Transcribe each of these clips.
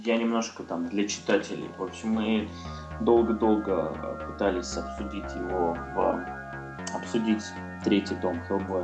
Я немножко там для читателей. В общем, мы долго-долго пытались обсудить третий том Хеллбоя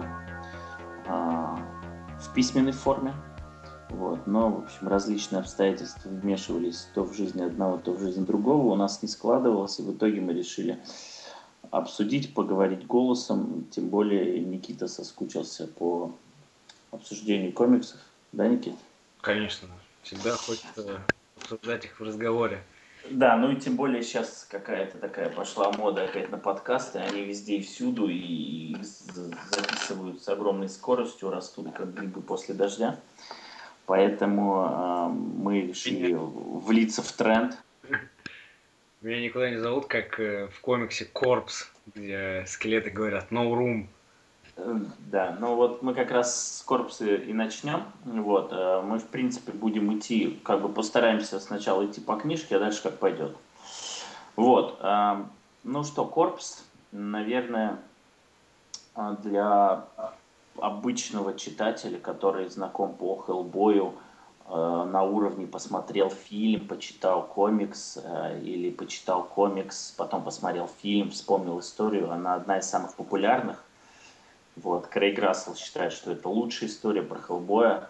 а, в письменной форме. Вот. Но, в общем, различные обстоятельства вмешивались то в жизнь одного, то в жизнь другого. У нас не складывалось, и в итоге мы решили обсудить, поговорить голосом. Тем более Никита соскучился по обсуждению комиксов. Да, Никит? Конечно, всегда хочется обсуждать их в разговоре. Да, ну и тем более сейчас какая-то такая пошла мода опять на подкасты, они везде и всюду, и их записывают с огромной скоростью, растут как грибы после дождя. Поэтому мы Меня, решили влиться в тренд. меня никуда не зовут, как в комиксе Корпс, где скелеты говорят «No room». Да, ну вот мы как раз с корпуса и начнем. Вот, мы, в принципе, будем идти, как бы постараемся сначала идти по книжке, а дальше как пойдет. Вот, ну что, корпус, наверное, для обычного читателя, который знаком по Хеллбою, на уровне посмотрел фильм, почитал комикс или почитал комикс, потом посмотрел фильм, вспомнил историю, она одна из самых популярных. Вот, Крейг Рассел считает, что это лучшая история про Хеллбоя.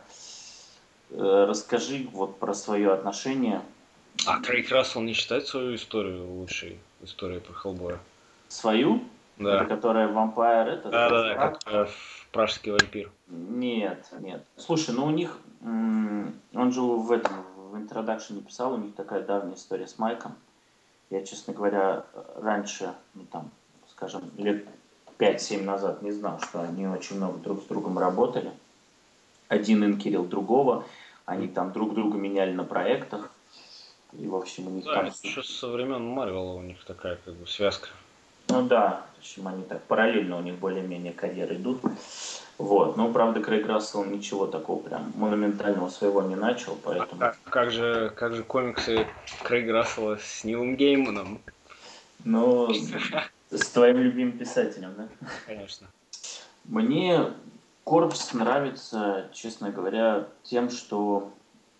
Расскажи вот про свое отношение. А Крейг Рассел не считает свою историю лучшей историей про Хеллбоя? Свою, это Да. которая вампир, этот Да-да-да, враг. как пражский вампир. Нет, нет. Слушай, ну у них, он же в интродакшене писал, у них такая давняя история с Майком. Я, честно говоря, раньше, ну там, скажем, лет 5-7 назад не знал, что они очень много друг с другом работали. Один инкерил другого, они там друг друга меняли на проектах. И, в общем, у них Да, там... это еще со времен Марвела у них такая как бы связка. Ну да, в общем, они так параллельно у них более-менее карьеры идут. Вот. Но, правда, Крейг Рассел ничего такого прям монументального своего не начал, А поэтому... как же комиксы Крейга Рассела с Нилом Гейманом? Ну, с твоим любимым писателем, да? Конечно. Мне Корпс нравится, честно говоря, тем, что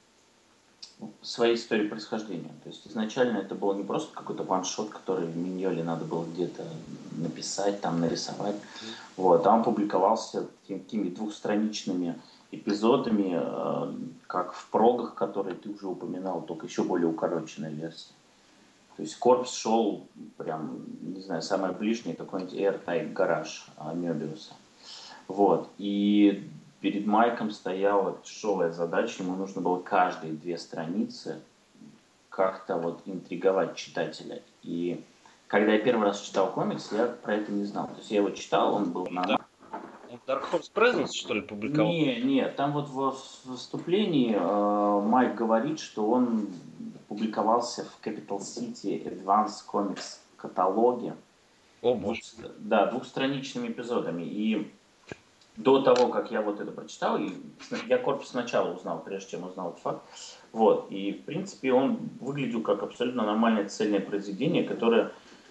своей истории происхождения. То есть изначально это был не просто какой-то ваншот, который в Миньоле надо было где-то написать, там нарисовать. Вот, а он публиковался такими двухстраничными эпизодами, как в прогах, которые ты уже упоминал, только еще более укороченная версия. То есть Корпс шел прям, не знаю, самое ближнее какой-нибудь Airtight гараж Мёбиуса. Вот. И перед Майком стояла тяжелая задача, ему нужно было каждые 2 страницы как-то вот интриговать читателя. И когда я первый раз читал комикс, я про это не знал. То есть я его читал, он был на... Он в Dark Horse Presents, что ли, публиковал? Не, там вот в вступлении Майк говорит, что он публиковался в Capital City Advance Comics каталоге. О, боже. Да, двухстраничными эпизодами. И до того, как я вот это прочитал, я корпус сначала узнал, прежде чем узнал этот факт. Вот. И, в принципе, он выглядел как абсолютно нормальное цельное произведение, которое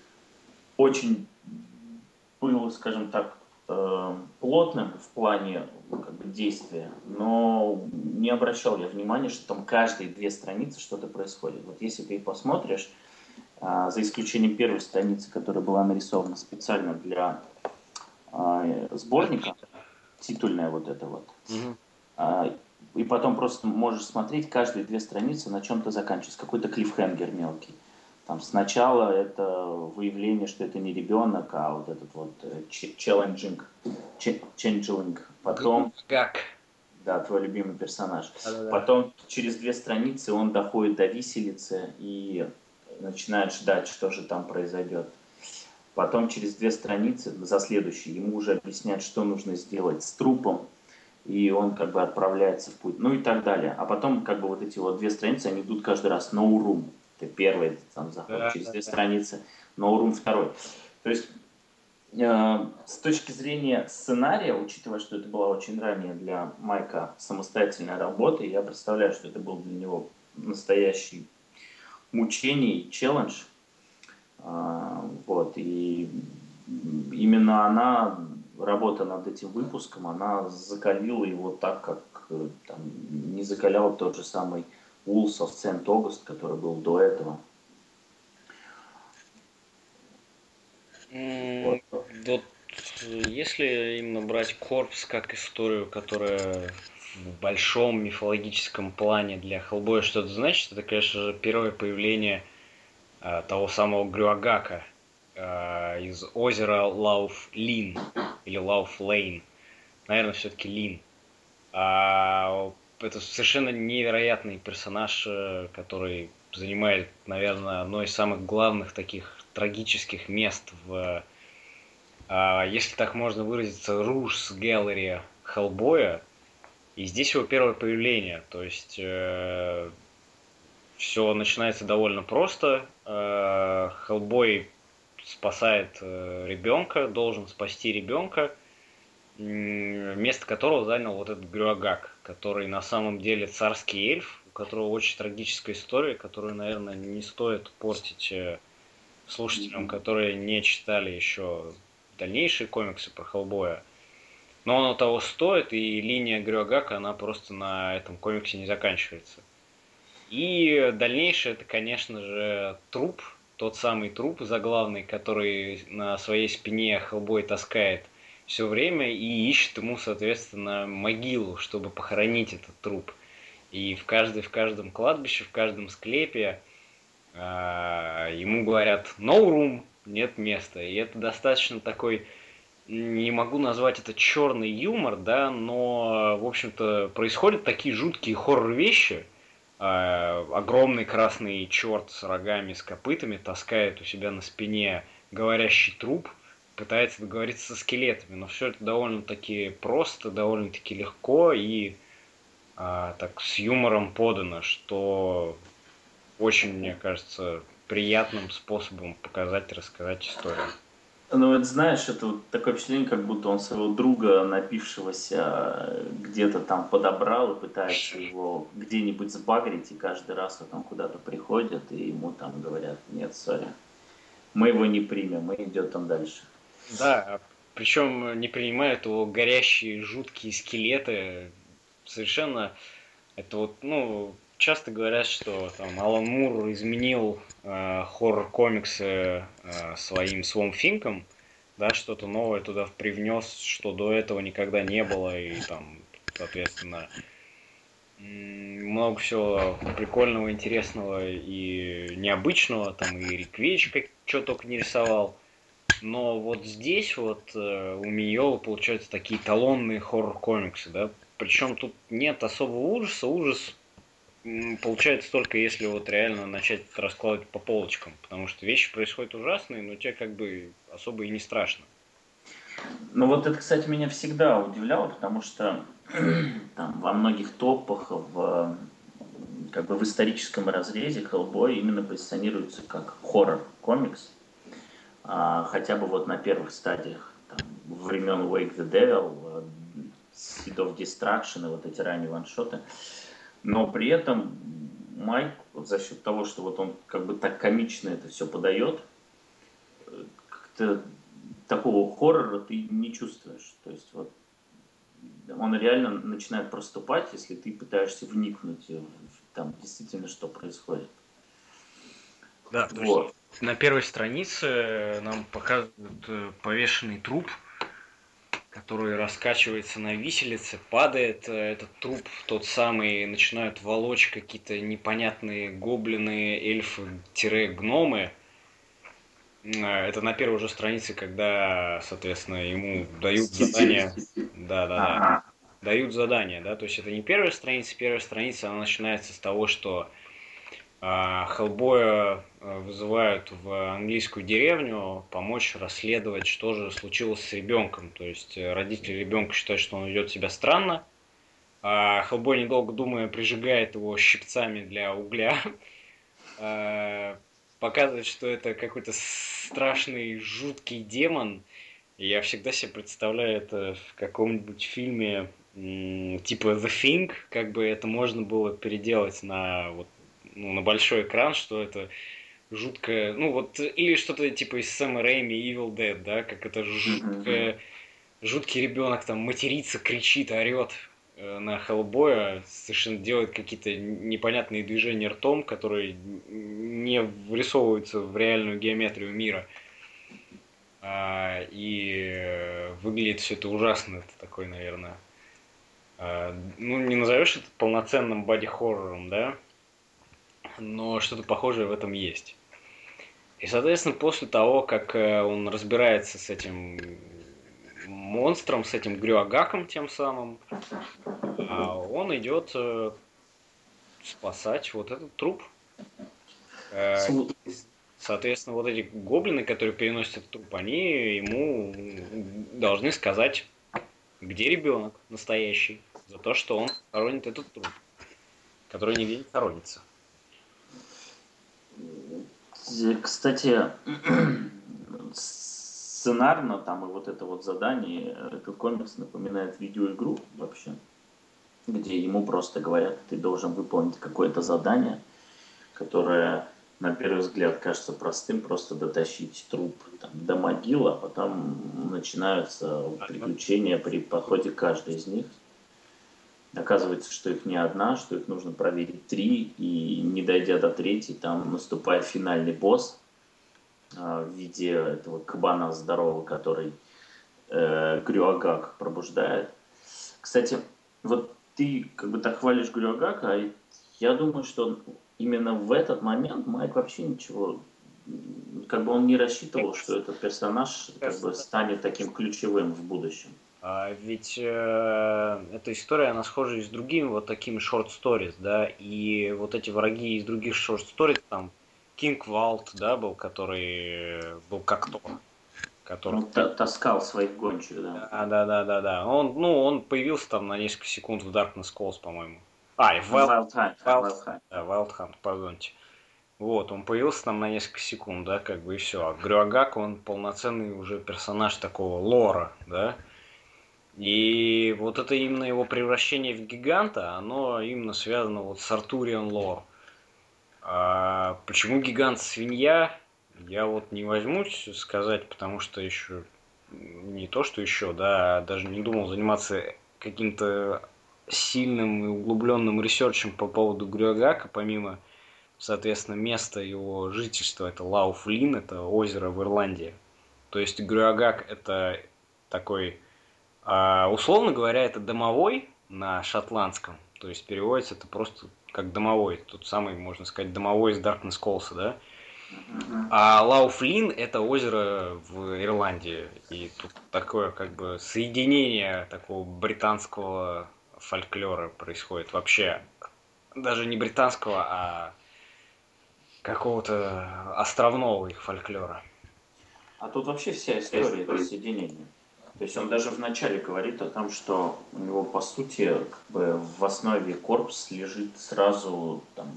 очень было, скажем так, плотным в плане как бы, действия, но не обращал я внимания, что там каждые 2 страницы что-то происходит. Вот если ты посмотришь, за исключением первой страницы, которая была нарисована специально для сборника, титульная вот эта вот, Мгм. а, и потом просто можешь смотреть каждые 2 страницы на чем-то заканчивается, какой-то клиффхенгер мелкий. Там сначала это выявление, что это не ребенок, а вот этот вот ченджелинг. Потом, Как? да, твой любимый персонаж. Да-да-да. Потом через 2 страницы он доходит до виселицы и начинает ждать, что же там произойдет. Потом через 2 страницы за следующие ему уже объяснять, что нужно сделать с трупом, и он как бы отправляется в путь, ну и так далее. А потом как бы вот эти вот 2 страницы, они идут каждый раз no room. Это первый там заход, через 2 страницы no room второй. То есть с точки зрения сценария, учитывая, что это была очень ранняя для Майка самостоятельная работа, я представляю, что это был для него настоящий мучение и челлендж. Вот, и именно она, работа над этим выпуском, она закалила его так, как там, не закалял тот же самый Wolves of St. August, который был до этого. Вот. Вот если именно брать Корпс как историю, которая в большом мифологическом плане для Хеллбоя что-то значит, это, конечно же, первое появление того самого Грюагака из озера Лауф-Лин или Лауф-Лейн. Наверное, все-таки Лин. Это совершенно невероятный персонаж, который занимает, наверное, одно из самых главных таких трагических мест в, если так можно выразиться, Рушс Gallery Хеллбоя. И здесь его первое появление. То есть все начинается довольно просто. Хеллбой спасает ребенка, должен спасти ребенка, место которого занял вот этот Грюагак, который на самом деле царский эльф, у которого очень трагическая история, которую, наверное, не стоит портить слушателям, которые не читали еще дальнейшие комиксы про Хеллбоя. Но оно того стоит, и линия Грюагака, она просто на этом комиксе не заканчивается. И дальнейшее, это, конечно же, труп, тот самый труп заглавный, который на своей спине Хеллбой таскает все время и ищет ему, соответственно, могилу, чтобы похоронить этот труп. И в каждом кладбище, в каждом склепе ему говорят «no room», нет места. И это достаточно такой, не могу назвать это черный юмор, да, но, в общем-то, происходят такие жуткие хоррор-вещи. Огромный красный черт с рогами, с копытами таскает у себя на спине говорящий труп, пытается договориться со скелетами, но все это довольно-таки просто, довольно-таки легко и так с юмором подано, что очень, мне кажется, приятным способом показать, рассказать историю. Ну, это знаешь, это вот такое впечатление, как будто он своего друга, напившегося, где-то там подобрал и пытается его где-нибудь сбагрить, и каждый раз вот он куда-то приходит, и ему там говорят: нет, сори, мы его не примем, мы идем там дальше. Да, причем не принимают его горящие жуткие скелеты. Совершенно это вот, ну, часто говорят, что там Алан Мур изменил хоррор-комиксы своим Swamp Thing'ом, да, что-то новое туда привнес, что до этого никогда не было, и там, соответственно, много всего прикольного, интересного и необычного, там и Рик Веч как что только не рисовал. Но вот здесь вот у Мио получаются такие эталонные хоррор-комиксы, да. Причем тут нет особого ужаса. Ужас получается только если вот реально начать раскладывать по полочкам. Потому что вещи происходят ужасные, но тебе как бы особо и не страшно. Ну вот это, кстати, меня всегда удивляло, потому что там во многих топах, как бы в историческом разрезе Hellboy именно позиционируется как хоррор-комикс. Хотя бы вот на первых стадиях там, времен Wake the Devil, Seed of Destruction и вот эти ранние ваншоты. Но при этом Майк, вот за счет того, что вот он как бы так комично это все подает, как-то такого хоррора ты не чувствуешь. То есть вот он реально начинает проступать, если ты пытаешься вникнуть в там действительно что происходит. Да, то есть Вот. на первой странице нам показывают повешенный труп, который раскачивается на виселице, падает этот труп, тот самый, начинают волочь какие-то непонятные гоблины, эльфы-гномы. Это на первой уже странице, когда, соответственно, ему дают Мстители. задание. Да-да-да. Ага. Дают задание, да, то есть это не первая страница, она начинается с того, что Хеллбоя вызывают в английскую деревню помочь расследовать, что же случилось с ребенком. То есть родители ребенка считают, что он ведет себя странно. А Хеллбой, недолго думая, прижигает его щипцами для угля. Показывает, что это какой-то страшный, жуткий демон. И я всегда себе представляю это в каком-нибудь фильме типа The Thing, как бы это можно было переделать на вот, ну, на большой экран, что это жуткое, ну вот, или что-то типа из Сэма Рэйми Evil Dead, да, как это Мгм. жуткое, жуткий ребенок там матерится, кричит, орет. на Хеллбоя, совершенно делает какие-то непонятные движения ртом, которые не врисовываются в реальную геометрию мира. И выглядит все это ужасно. Это такой, наверное, ну, не назовешь это полноценным боди-хоррором, да? Но что-то похожее в этом есть. И, соответственно, после того, как он разбирается с этим монстром, с этим Грюагаком тем самым, он идет спасать вот этот труп. Э, Слу- Соответственно, вот эти гоблины, которые переносят этот труп, они ему должны сказать, где ребенок настоящий, за то, что он хоронит этот труп, который нигде не хоронится. Кстати, сценарно там и вот это вот задание, этот комикс напоминает видеоигру вообще, где ему просто говорят, ты должен выполнить какое-то задание, которое на первый взгляд кажется простым, просто дотащить труп там, до могилы, а потом начинаются приключения при подходе к каждой из них. Оказывается, что их не одна, что их нужно проверить три, и не дойдя до третьей, там наступает финальный босс в виде этого кабана здорового, который Грюагак пробуждает. Кстати, вот ты как бы так хвалишь Грюагака, а я думаю, что именно в этот момент Майк вообще ничего, как бы он не рассчитывал, что этот персонаж как бы станет таким ключевым в будущем. Ведь эта история, она схожа и с другими вот такими short stories, да, и вот эти враги из других short stories, там, Кинг Валт, да, был, который был как то, который... Он таскал своих гончих, да. Да. Он появился там на несколько секунд в Darkness Calls, по-моему. И в Wild, Wild Hunt. да, Wild Hunt, пардонте. Вот, он появился там на несколько секунд, да, как бы и все. А Грюагак, он полноценный уже персонаж такого лора, да. И вот это именно его превращение в гиганта, оно именно связано вот с Артуриан лор. Почему гигант-свинья, я вот не возьмусь сказать, потому что еще не то, что еще, да, даже не думал заниматься каким-то сильным и углубленным ресерчем по поводу Грюагака, помимо, соответственно, места его жительства. Это Лауфлин, это озеро в Ирландии. То есть Грюагак это такой, условно говоря, это домовой на шотландском. То есть переводится это просто как домовой. Тот самый, можно сказать, домовой из Darkness Calls, да? А Лауфлин это озеро в Ирландии. И тут такое как бы соединение такого британского фольклора происходит. Вообще даже не британского, а какого-то островного их фольклора. А тут вообще вся история это соединение. То есть он даже вначале говорит о том, что у него по сути как бы в основе корпус лежит сразу там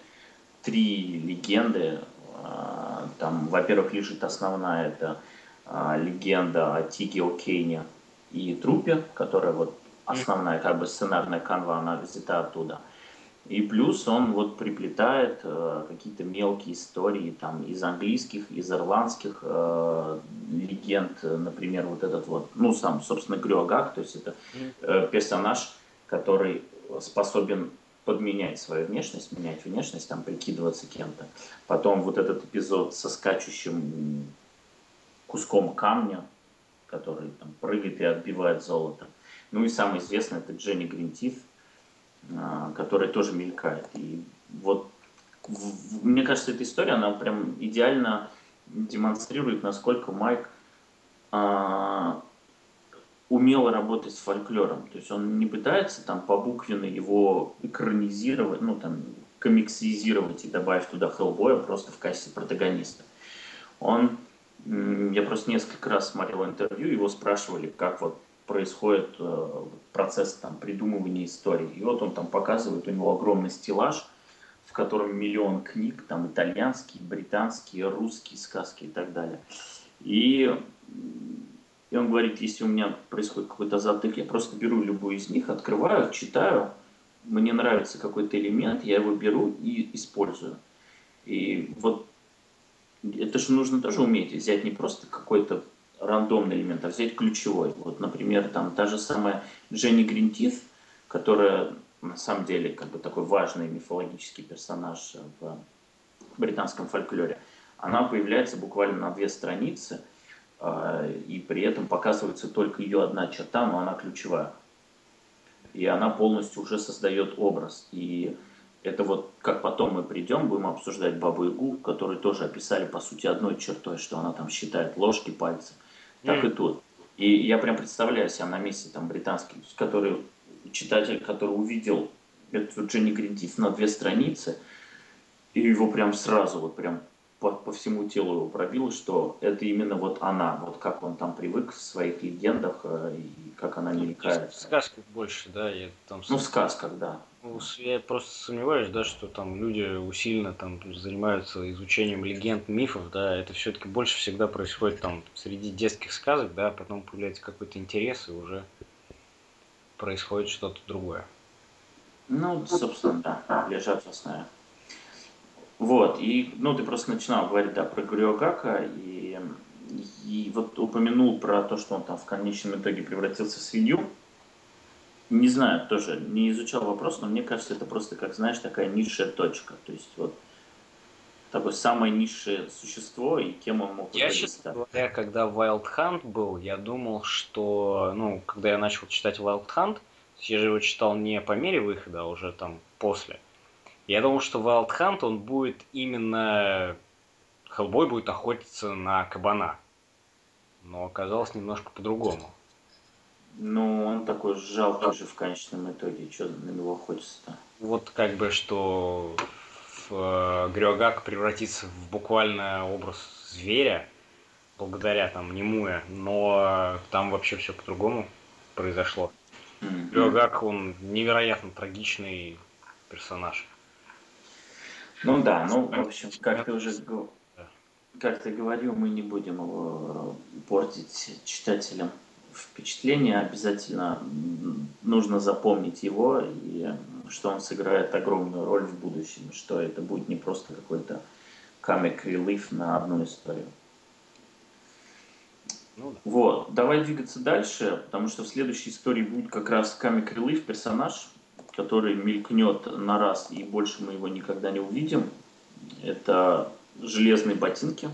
три легенды. Там, во-первых, лежит основная это легенда о Тиге О'Кейне и трупе, которая вот основная как бы сценарная канва, она взята оттуда. И плюс он вот приплетает какие-то мелкие истории там из английских, из ирландских легенд, например, вот этот вот, ну сам, собственно, Грюагак, то есть это персонаж, который способен подменять свою внешность, менять внешность, там прикидываться кем-то. Потом вот этот эпизод со скачущим куском камня, который там прыгает и отбивает золото. Ну и самый известный это Дженни Гринтиф, который тоже мелькает. И вот мне кажется, эта история, она прям идеально демонстрирует, насколько Майк умело работать с фольклором. То есть он не пытается там побуквенно его экранизировать, ну там комиксизировать и добавить туда Хеллбоя просто в качестве протагониста. Он, я просто несколько раз смотрел интервью, его спрашивали, как вот происходит процесс там придумывания истории. И вот он там показывает, у него огромный стеллаж, в котором миллион книг, там итальянские, британские, русские сказки и так далее. И, и он говорит, если у меня происходит какой-то затык, я просто беру любую из них, открываю, читаю, мне нравится какой-то элемент, я его беру и использую. И вот это же нужно тоже уметь взять не просто какой-то рандомный элемент, а взять ключевой. Вот, например, там та же самая Дженни Гринтиф, которая на самом деле как бы такой важный мифологический персонаж в британском фольклоре, она появляется буквально на 2 страницы, и при этом показывается только ее одна черта, но она ключевая. И она полностью уже создает образ. И это вот, как потом мы придем, будем обсуждать Бабу-Ягу, которую тоже описали, по сути, одной чертой, что она там считает ложки, пальцы. Так и тут. И я прям представляю себя на месте там британский, который читатель, который увидел эту Дженни Гринтиф на 2 страницы, и его прям сразу, вот прям по всему телу его пробило, что это именно вот она, вот как он там привык в своих легендах, и как она Ну, то есть мелькает. в сказках больше, да, я там Ну, в сказках, да. я просто сомневаюсь, да, что там люди усиленно там занимаются изучением легенд, мифов, да, это все-таки больше всегда происходит там среди детских сказок, да, потом появляется какой-то интерес, и уже происходит что-то другое. Ну, собственно, да, лежат в основе. Вот, и, ну, ты просто начинал говорить, да, про Грёгака, и вот упомянул про то, что он там в конечном итоге превратился в свинью. Не знаю, тоже не изучал вопрос, но мне кажется, это просто, как знаешь, такая низшая точка. То есть вот такое самое низшее существо, и кем он мог в Я, итоге честно стать. говоря, когда Wild Hunt был, я думал, что, ну, когда я начал читать Wild Hunt, я же его читал не по мере выхода, а уже там после. Я думал, что Wild Hunt, он будет именно... Хеллбой будет охотиться на кабана. Но оказалось немножко по-другому. Ну, он такой жалкий же в конечном итоге, что на него хочется-то. Вот как бы, что Грёгак превратится в буквально образ зверя, благодаря там Немуэ, но там вообще все по-другому произошло. Мгм. Грёгак, он невероятно трагичный персонаж. Ну да, ну, в общем, как ты уже Да. как ты говорил, мы не будем его портить читателям впечатление. Обязательно нужно запомнить его, и что он сыграет огромную роль в будущем, что это будет не просто какой-то comic relief на одну историю. Ну да. Вот, давай двигаться дальше, потому что в следующей истории будет как раз comic relief персонаж, который мелькнет на раз, и больше мы его никогда не увидим. Это железные ботинки.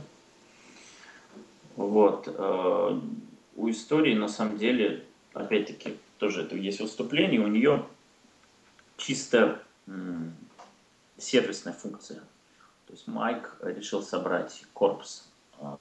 Вот. У истории, на самом деле, опять-таки, тоже это есть выступление, у нее чисто сервисная функция. То есть Майк решил собрать корпус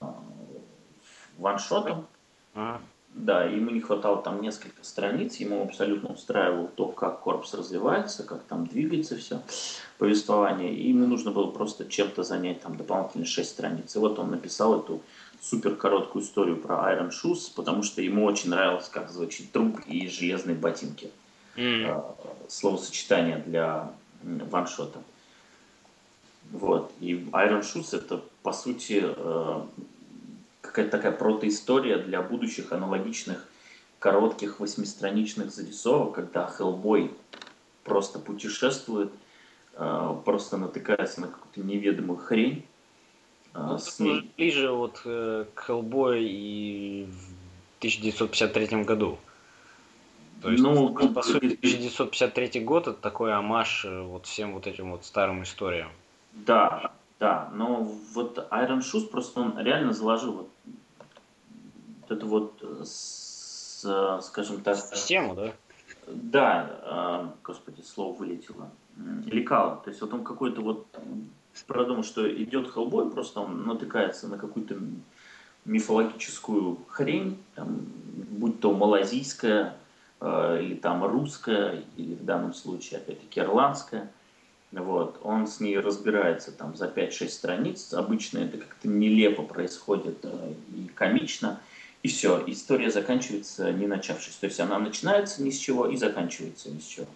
ваншотом. Ага. Да, ему не хватало там несколько страниц, ему абсолютно устраивало то, как корпус развивается, как там двигается все, повествование, и ему нужно было просто чем-то занять там дополнительные 6 страниц. И вот он написал эту супер короткую историю про Iron Shoes, потому что ему очень нравилось, как звучит труп и железные ботинки. Словосочетание для ваншота. Вот. И Iron Shoes это, по сути, какая-то такая протоистория для будущих аналогичных коротких восьмистраничных зарисовок, когда Хеллбой просто путешествует, просто натыкается на какую-то неведомую хрень, Ну, с это уже ней. ближе вот к Хеллбой и в 1953 году. То есть, Ну, по сути, 1953 год это такой омаж вот всем вот этим вот старым историям. да, да, но вот Iron Shoes просто он реально заложил вот эту вот, скажем так, Систему, да? да, господи, слово вылетело, лекало. То есть вот он какой-то вот продумал, что идет Хеллбой, просто он натыкается на какую-то мифологическую хрень, там, будь то малазийская, или там русская, или в данном случае, опять-таки, ирландская. Вот. Он с ней разбирается там за 5-6 страниц. Обычно это как-то нелепо происходит и комично. И все, история заканчивается не начавшись. То есть она начинается ни с чего и заканчивается ни с чего.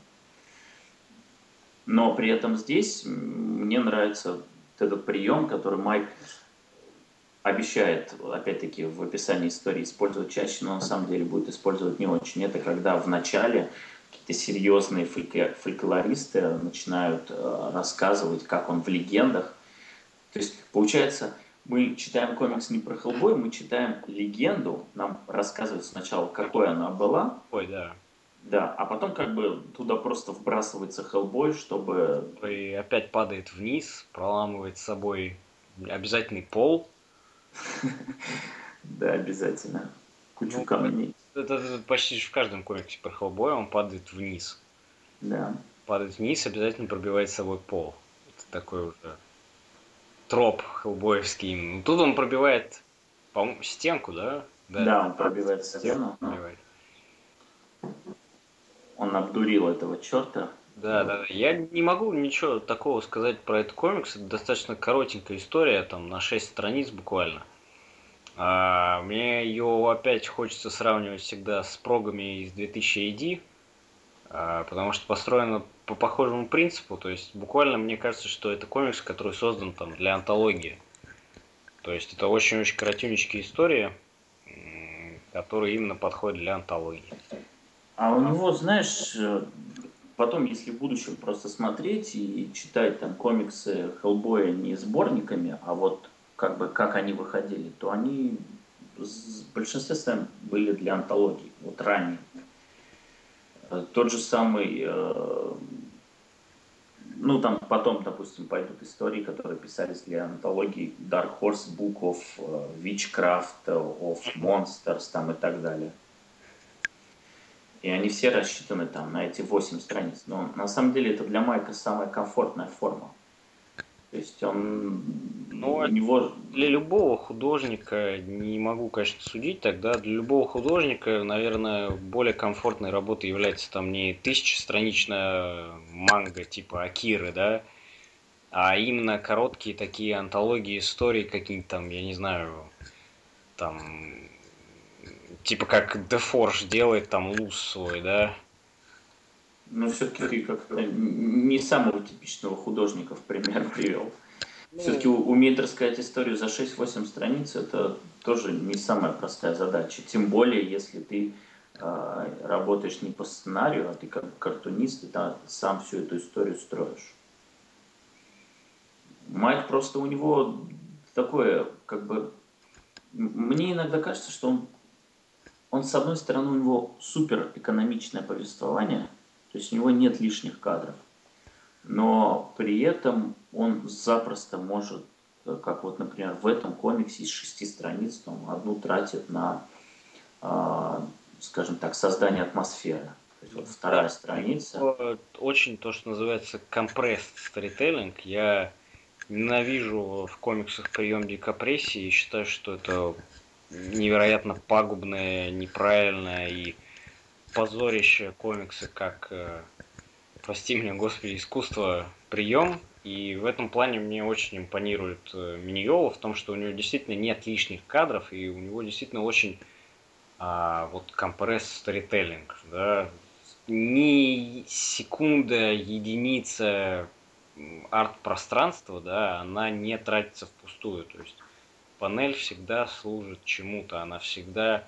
Но при этом здесь мне нравится вот этот прием, который Майк обещает, опять-таки, в описании истории использовать чаще, но на самом деле будет использовать не очень. Это когда в начале какие-то серьезные фольклористы начинают рассказывать, как он в легендах. То есть, получается, мы читаем комикс не про Хеллбой, мы читаем легенду, нам рассказывают сначала, какой она была, Ой, да. Да, а потом как бы туда просто вбрасывается Хеллбой, чтобы... И опять падает вниз, проламывает с собой обязательный пол. Да, обязательно. Кучу Ну, камней. это почти в каждом комиксе про Хеллбоя он падает вниз. Да. Падает вниз, обязательно пробивает с собой пол. Это такой уже троп хеллбоевский. Ну, тут он пробивает, по-моему, стенку, да? Да, Да, он пробивает стенку стену. пробивает. Он обдурил этого черта. Да, да. Я не могу ничего такого сказать про этот комикс. Это достаточно коротенькая история, там на 6 страниц буквально. Мне ее опять хочется сравнивать всегда с прогами из 2000 AD, потому что построено по похожему принципу. То есть буквально мне кажется, что это комикс, который создан там для антологии. То есть это очень-очень коротюнечкие истории, которые именно подходят для антологии. А у него, знаешь, потом, если в будущем просто смотреть и читать там комиксы Хеллбоя не сборниками, а вот как бы как они выходили, то они в большинстве своем были для антологии, вот ранее. Тот же самый, ну там потом, допустим, пойдут истории, которые писались для антологии Dark Horse Book of Witchcraft, of Monsters там и так далее. И они все рассчитаны там на эти 8 страниц. Но на самом деле это для Майка самая комфортная форма. То есть он, Но у него, для любого художника, не могу, конечно, судить тогда, для любого художника, наверное, более комфортной работой является там не тысячестраничная манга типа Акиры, да, а именно короткие такие антологии историй какие-нибудь там, я не знаю, там, типа как Дефорж делает там луз свой, да. ну, все-таки ты как-то не самого типичного художника в пример привел. Все-таки Ну, уметь рассказать историю за 6-8 страниц, это тоже не самая простая задача. Тем более, если ты работаешь не по сценарию, а ты как картунист, и сам всю эту историю строишь. Майк просто у него такое, как бы, мне иногда кажется, что он с одной стороны, у него супер экономичное повествование, то есть у него нет лишних кадров, но при этом он запросто может, как вот, например, в этом комиксе из 6 страниц, там, одну тратит на, скажем так, создание атмосферы. То есть вот да, вторая страница. очень то, что называется compressed storytelling. Я ненавижу в комиксах прием декомпрессии и считаю, что это невероятно пагубное, неправильное и позорище комиксы, как, прости меня, господи, искусство прием. И в этом плане мне очень импонирует Миньола в том, что у него действительно нет лишних кадров, и у него действительно очень вот компресс сторителлинг, да, ни секунда, единица арт-пространства, да, она не тратится впустую. То есть панель всегда служит чему-то, она всегда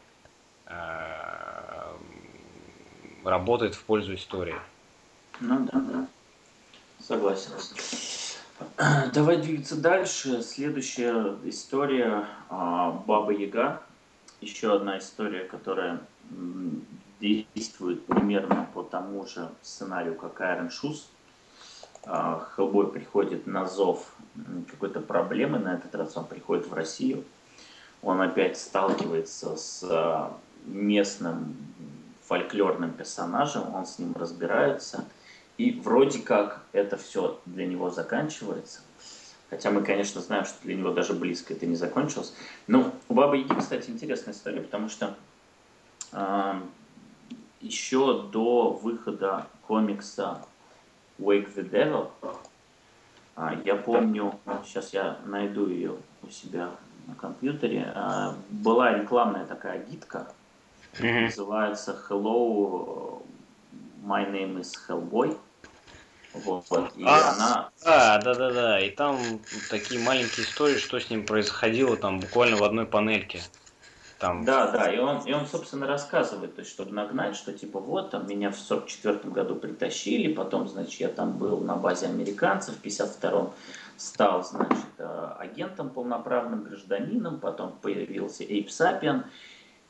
э, работает в пользу истории. Ну да, согласен. Давай двигаться дальше. Следующая история Баба Яга. Еще одна история, которая действует примерно по тому же сценарию, как Iron Shoes. Хеллбой приходит на зов какой-то проблемы, на этот раз он приходит в Россию. Он опять сталкивается с местным фольклорным персонажем, он с ним разбирается. И вроде как это все для него заканчивается. Хотя мы, конечно, знаем, что для него даже близко это не закончилось. Но у Бабы Яги, кстати, интересная история, потому что э, еще до выхода комикса Wake the Devil, я помню, сейчас я найду ее у себя на компьютере, была рекламная такая гидка, Мгм. называется Hello, my name is Hellboy. Вот, и А, она... да. И там такие маленькие истории, что с ним происходило там буквально в одной панельке. Там. Да, да, и он, собственно, рассказывает, то есть, чтобы нагнать, что типа вот, там, меня в 44-м году притащили, потом, значит, я там был на базе американцев, в 52-м стал, значит, агентом, полноправным гражданином, потом появился Эйп Сапиен,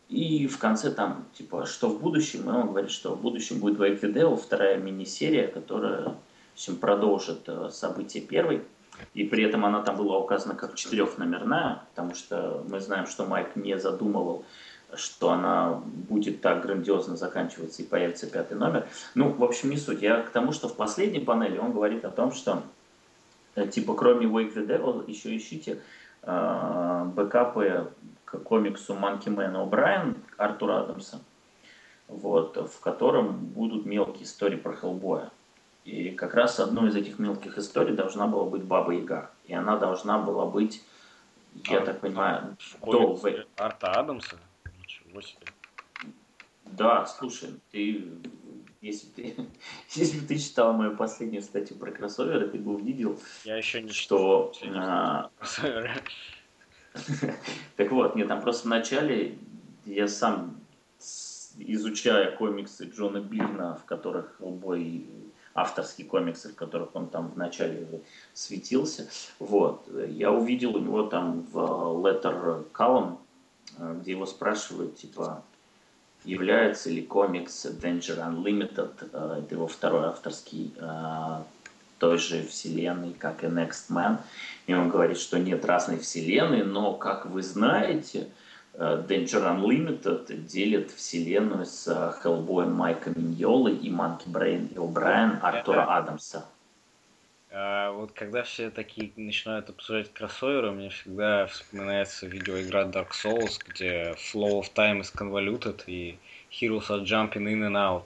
И в конце там, типа, что в будущем, и он говорит, что в будущем будет Wake the Devil, вторая мини-серия, которая, в общем, продолжит события первой. И при этом она там была указана как четырехномерная, потому что мы знаем, что Майк не задумывал, что она будет так грандиозно заканчиваться и появится пятый номер. Ну, в общем, не суть. Я к тому, что в последней панели он говорит о том, что типа, кроме Wake the Devil, еще ищите бэкапы к комиксу Monkey Man О'Брайен Артура Адамса, вот, в котором будут мелкие истории про Хеллбоя. И как раз одной из этих мелких историй должна была быть Баба Яга. И она должна была быть, я так понимаю, В до... комиксе Арта Адамса? Ничего себе. Да, слушай, ты, если ты, если бы ты читал мою последнюю статью про кроссоверы, ты бы увидел, Я еще не читал что последнюю статью кроссовера. так вот, нет, там просто в начале я сам, изучая комиксы Джона Бирна, в которых Хеллбой, авторские комиксы, в которых он там в начале светился, вот, я увидел у него там в Letter Column, где его спрашивают, типа, является ли комикс Danger Unlimited, это его второй авторский, той же вселенной, как и Next Man. И он говорит, что нет разной вселенной, но, как вы знаете, Danger Unlimited делит вселенную с Хеллбоем Майка Миньолой и Манки Брейн и О'Брайен Артура Адамса. Вот когда все такие начинают обсуждать кроссоверы, мне всегда вспоминается видеоигра Dark Souls, где Flow of Time is convoluted и Heroes are jumping in and out.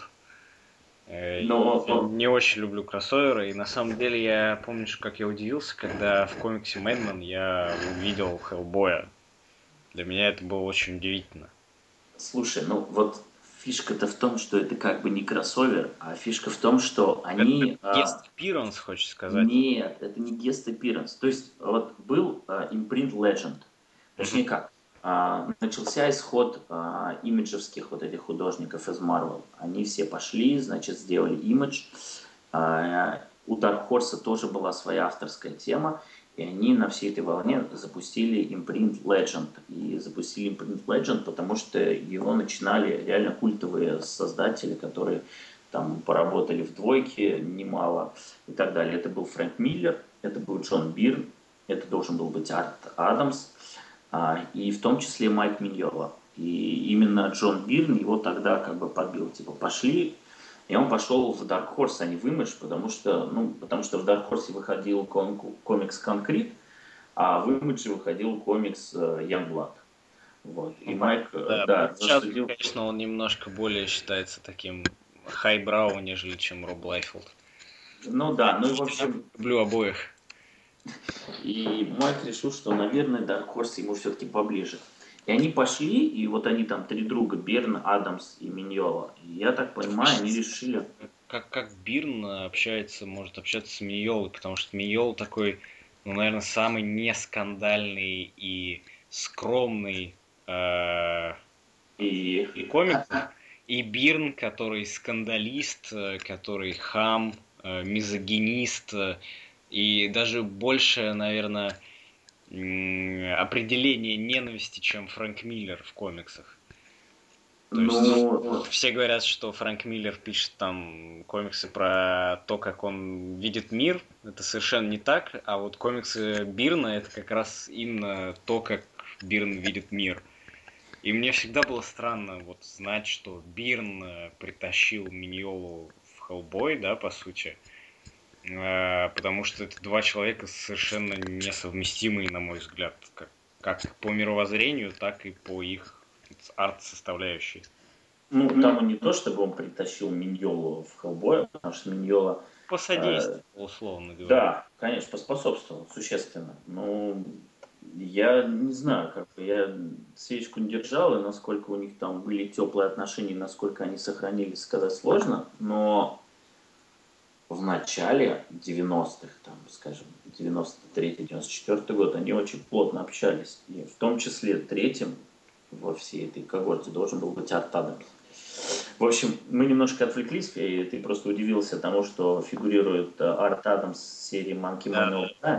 Я Но не очень люблю кроссоверы, и на самом деле я помню, как я удивился, когда в комиксе Мэдмен я увидел Хеллбоя. Для меня это было очень удивительно. слушай, ну вот фишка-то в том, что это как бы не кроссовер, а фишка в том, что Это они guest appearance, хочешь сказать? нет, это не guest appearance. То есть вот был импринт Legend. Мгм. Точнее как, начался исход имиджевских вот этих художников из Marvel. Они все пошли, значит, сделали имидж. У Dark Horse тоже была своя авторская тема, и они на всей этой волне запустили импринт Legend. И запустили импринт Legend, потому что его начинали реально культовые создатели, которые там поработали в двойке немало и так далее. Это был Фрэнк Миллер, это был Джон Бирн, это должен был быть Арт Адамс, и в том числе Майк Миньола. И именно Джон Бирн его тогда как бы подбил, типа пошли, и он пошел в Dark Horse, а не в Image, потому что в Dark Horse выходил комикс Конкрет, а в Image выходил комикс Youngblood. Вот. И Ну, Майк, да, да, сейчас, засудил. конечно, он немножко более считается таким хайбрау, нежели чем Роб Лайфилд. Ну да, ну и в общем, Люблю обоих. и Майк решил, что, наверное, Dark Horse ему все-таки поближе. И они пошли, и вот они там три друга, Берн, Адамс и Миньола. И я так понимаю, они решили... Как Бирн общается, может общаться с Миолой, потому что Миол такой, ну, наверное, самый нескандальный и скромный И, и комиксов. И Бирн, который скандалист, который хам, мизогинист, и даже больше, наверное, определение ненависти, чем Фрэнк Миллер в комиксах. То есть ну, все говорят, что Фрэнк Миллер пишет там комиксы про то, как он видит мир. Это совершенно не так. А вот комиксы Бирна это как раз именно то, как Бирн видит мир. И мне всегда было странно вот знать, что Бирн притащил Миньолу в Хеллбой, да, по сути. Потому что это два человека совершенно несовместимые, на мой взгляд, как по мировоззрению, так и по их арт-составляющей. ну, там он не то, чтобы он притащил Миньолу в Хеллбоя, потому что Миньола, Посодействовал, условно говоря. да, конечно, поспособствовал существенно. Но я не знаю, как бы я свечку не держал, и насколько у них там были теплые отношения, насколько они сохранились, сказать сложно, но в начале 90-х, там, скажем, 93-94 год, они очень плотно общались. И в том числе третьим во всей этой когорте должен был быть Арт Адамс. В общем, мы немножко отвлеклись, и ты просто удивился тому, что фигурирует Арт Адамс в серии Monkey Да, Man и All Time.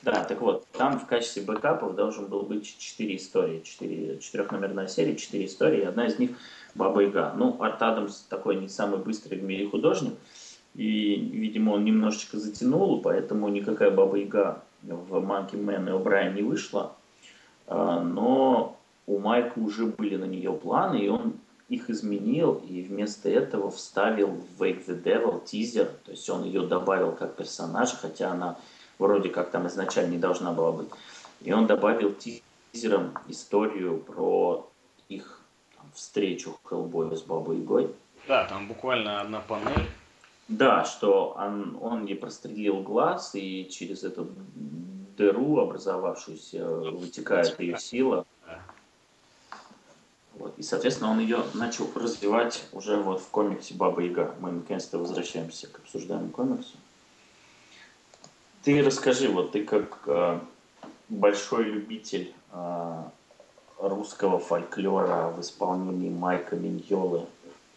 Да, так вот, там в качестве бэкапов должен был быть 4 истории, 4, четырехномерная серия, 4 истории, и одна из них Баба Яга. Ну, Арт Адамс такой не самый быстрый в мире художник, и, видимо, он немножечко затянул, поэтому никакая Баба Яга в Monkey Man и О'Брайен не вышла. Но у Майка уже были на нее планы, и он их изменил, и вместо этого вставил в Wake the Devil тизер, то есть он ее добавил как персонажа, хотя она вроде как там изначально не должна была быть. И он добавил тизером историю про их там, встречу Хеллбоя с Бабой Ягой. Да, там буквально одна панель. Да, что он ей прострелил глаз, и через эту дыру, образовавшуюся, вытекает ее сила. Да. Вот. И, соответственно, он ее начал развивать уже вот в комиксе «Баба Яга». Мы наконец-то возвращаемся к обсуждаемому комиксу. Ты расскажи, вот ты как большой любитель русского фольклора в исполнении Майка Миньолы,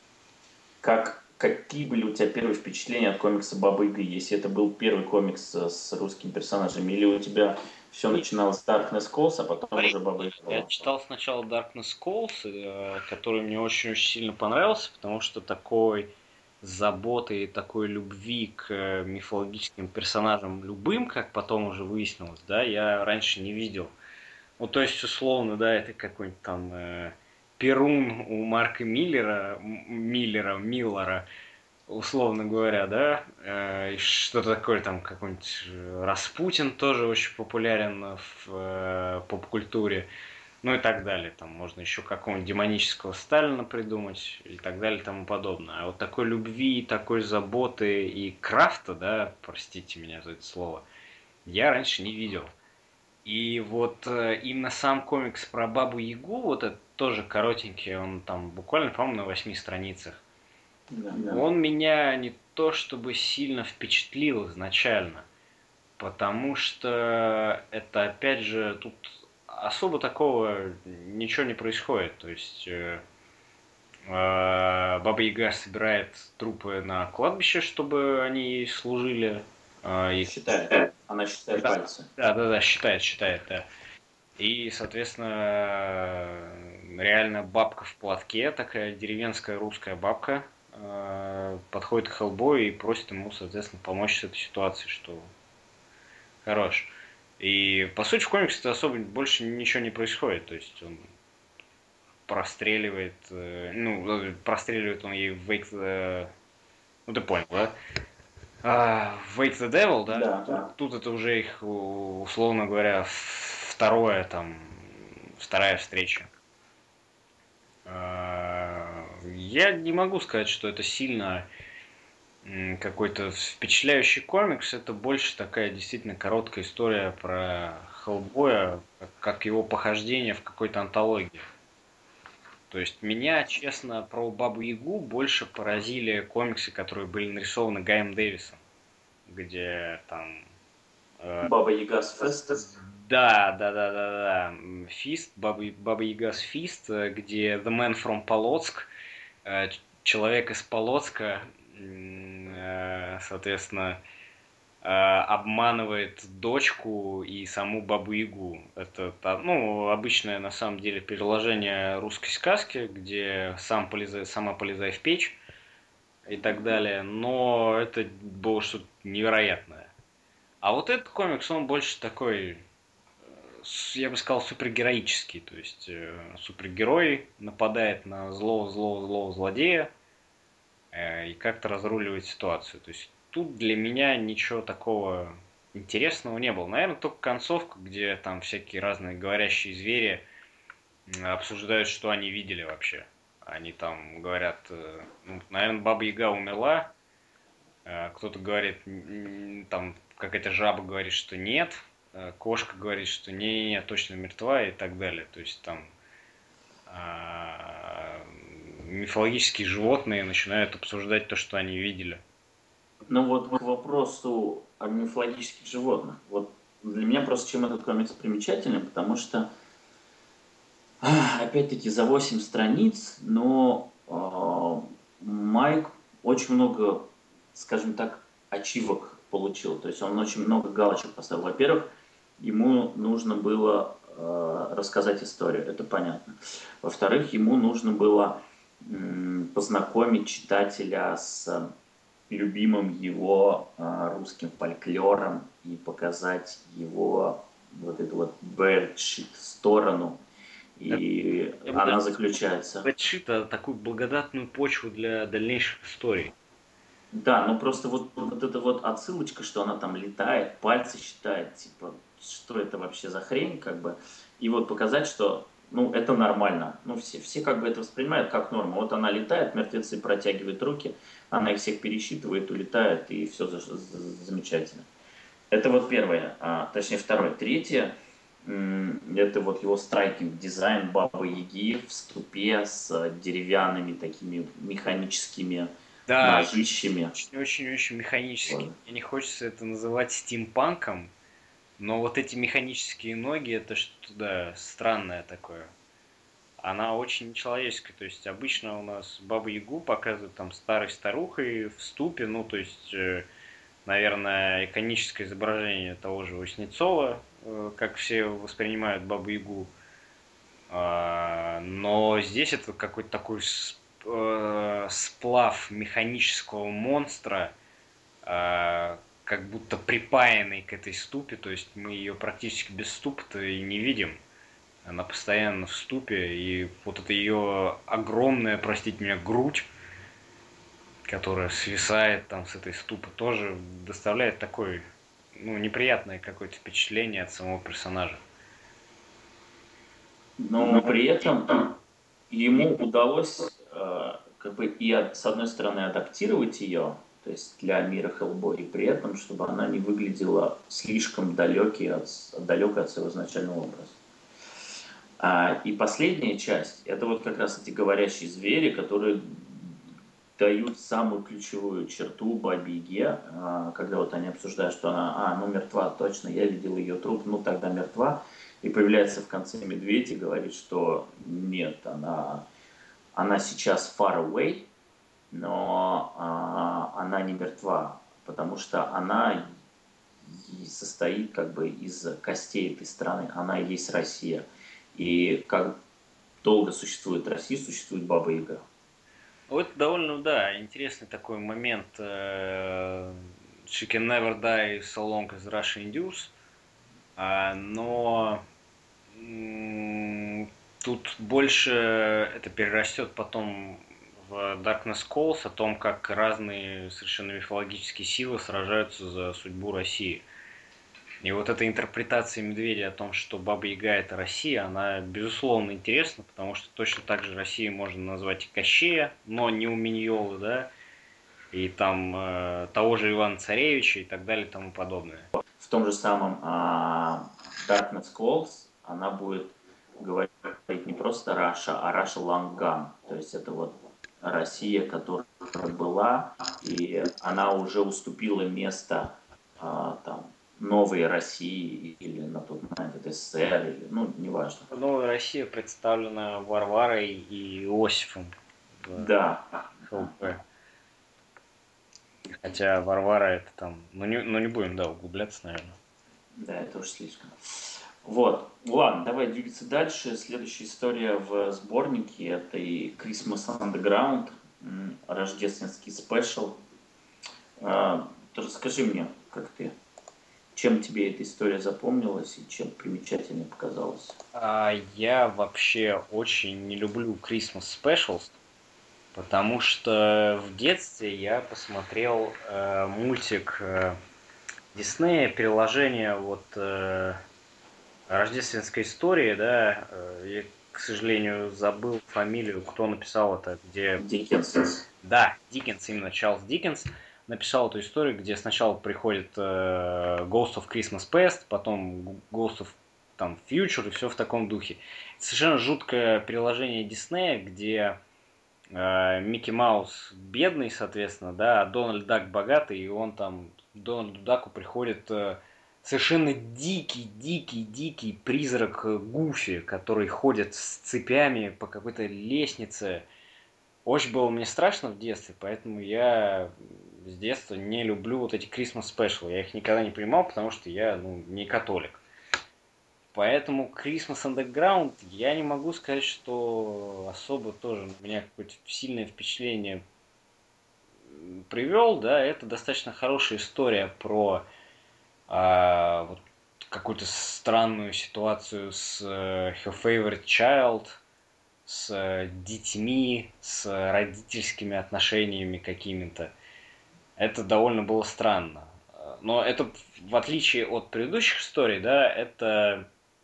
какие были у тебя первые впечатления от комикса «Бабы Яги», если это был первый комикс с русскими персонажами, или у тебя все начиналось с Darkness Calls, а потом уже «Баба Яга» Я была? читал сначала Darkness Calls, который мне очень-очень сильно понравился, потому что такой заботы и такой любви к мифологическим персонажам любым, как потом уже выяснилось, да, я раньше не видел. Ну, то есть, условно, да, это какой-нибудь там Перун у Марка Миллера, условно говоря, да, что-то такое там какой-нибудь Распутин тоже очень популярен в поп-культуре, ну и так далее. Там можно еще какого-нибудь демонического Сталина придумать и так далее и тому подобное. А вот такой любви, такой заботы и крафта, да, простите меня за это слово, я раньше не видел. И вот именно сам комикс про Бабу Ягу, вот это тоже коротенький, он там буквально, по-моему, на 8 страницах. Да. Он меня не то чтобы сильно впечатлил изначально, потому что это, опять же, тут особо такого ничего не происходит. То есть Баба Яга собирает трупы на кладбище, чтобы они ей служили. Их... Считает. Она считает Да, пальцы. да, да, да, считает, да. И, соответственно, реально бабка в платке, такая деревенская русская бабка, подходит к Хеллбою и просит ему, соответственно, помочь с этой ситуацией, что хорош. И, по сути, в комиксе особо больше ничего не происходит. То есть он простреливает, простреливает он ей в Wake the... Ну, ты понял, да? В Wake the Devil, да? Да. Тут это уже их, условно говоря, вторая встреча. Я не могу сказать, что это сильно какой-то впечатляющий комикс. Это больше такая действительно короткая история про Хеллбоя, как его похождение в какой-то антологии. То есть меня, честно, про Бабу Ягу больше поразили комиксы, которые были нарисованы Гаем Дэвисом, где там Баба Ягас Фест. да, да, да, да, да. Фист, Баба Ягас Фист, где The Man from Полоцк, человек из Полоцка, соответственно, обманывает дочку и саму Бабу Ягу. Это, ну, обычное, на самом деле, переложение русской сказки, где сама полезай в печь и так далее. Но это было что-то невероятное. А вот этот комикс, он больше такой, я бы сказал, супергероический. То есть супергерой нападает на злого злодея и как-то разруливает ситуацию. То есть тут для меня ничего такого интересного не было. Наверное, только концовка, где там всякие разные говорящие звери обсуждают, что они видели вообще. Они там говорят, ну, наверное, Баба Яга умерла, кто-то говорит, там какая-то жаба говорит, что нет, кошка говорит, что не, точно мертва и так далее. То есть там мифологические животные начинают обсуждать то, что они видели. Ну вот к вопросу о мифологических животных. Вот для меня просто чем этот комикс примечательный, потому что, опять-таки, за 8 страниц, но Майк очень много, скажем так, ачивок получил. То есть он очень много галочек поставил. Во-первых, ему нужно было рассказать историю, это понятно. Во-вторых, ему нужно было познакомить читателя с любимым его русским фольклором и показать его вот эту вот бэдшит сторону. И Я бы она даже заключается. подшито такую благодатную почву для дальнейших историй. Да, ну просто вот эта вот отсылочка, что она там летает, пальцы считает, типа, что это вообще за хрень, как бы. И вот показать, что, ну, это нормально. Ну, все как бы это воспринимают как норму. Вот она летает, мертвецы протягивают руки, она их всех пересчитывает, улетает, и все замечательно. Это вот первое, точнее второе. Третье, это вот его страйкинг дизайн Бабы Яги в ступе с деревянными такими механическими Да, ножищами. очень-очень-очень механически. Вот. Мне не хочется это называть стимпанком, но вот эти механические ноги, это что-то, да, странное такое. Она очень нечеловеческая, то есть обычно у нас Бабу-Ягу показывают там старой старухой в ступе, ну, то есть, наверное, иконическое изображение того же Васнецова, как все воспринимают Бабу-Ягу. Но здесь это какой-то такой сплав механического монстра, как будто припаянный к этой ступе, то есть мы ее практически без ступа-то и не видим. Она постоянно в ступе, и вот это ее огромная, простите меня, грудь, которая свисает там с этой ступы, тоже доставляет такое, ну, неприятное какое-то впечатление от самого персонажа. Но при этом ему удалось как бы с одной стороны адаптировать ее, то есть для мира Хеллбой, и при этом, чтобы она не выглядела слишком далекой от своего изначального образа. И последняя часть, это вот как раз эти говорящие звери, которые дают самую ключевую черту Бабе Яге, когда вот они обсуждают, что она, ну мертва, точно, я видел ее труп, ну тогда мертва, и появляется в конце медведь и говорит, что нет, она сейчас far away, но она не мертва, потому что она состоит как бы из костей этой страны, она и есть Россия. И как долго существует Россия, существует Баба Яга. Вот довольно, да, интересный такой момент. She can never die so long as Russia endures. Но тут больше это перерастет потом в Darkness Calls о том, как разные совершенно мифологические силы сражаются за судьбу России. И вот эта интерпретация Медведя о том, что Баба Яга это Россия, она безусловно интересна, потому что точно так же Россию можно назвать и Кощея, но не у Миньолы, да, и там того же Ивана Царевича и так далее и тому подобное. В том же самом Darkness Calls она будет говорить не просто Раша, а Раша Ланган. То есть это вот Россия, которая была, и она уже уступила место там, новой России или на тот момент это СССР, или, ну, неважно. Новая Россия представлена Варварой и Иосифом в Да, ХЛП. Хотя Варвара это там... Ну не будем, да, углубляться, наверное. да, это уж слишком. Вот, ладно, давай двигаться дальше. Следующая история в сборнике – это и Christmas Underground, рождественский спешл. Ты расскажи мне, как ты, чем тебе эта история запомнилась и чем примечательнее показалась? Я вообще очень не люблю Christmas Specials, потому что в детстве я посмотрел мультик Диснея, переложение вот рождественской истории, да, я, к сожалению, забыл фамилию, кто написал это, где... Диккенс. Да, Диккенс, именно Чарльз Диккенс написал эту историю, где сначала приходит Ghost of Christmas Past, потом Ghost of там, Future и все в таком духе. Совершенно жуткое приложение Диснея, где Микки Маус бедный, соответственно, да, а Дональд Дак богатый, и он там, Дональду Даку приходит совершенно дикий призрак Гуфи, который ходит с цепями по какой-то лестнице. Очень было мне страшно в детстве, поэтому я с детства не люблю вот эти Christmas Special. Я их никогда не понимал, потому что я, ну, не католик. Поэтому Christmas Underground я не могу сказать, что особо тоже на меня какое-то сильное впечатление привел, да, это достаточно хорошая история про вот какую-то странную ситуацию с Her Favorite Child, с детьми, с родительскими отношениями какими-то. Это довольно было странно. Но это, в отличие от предыдущих историй, да, это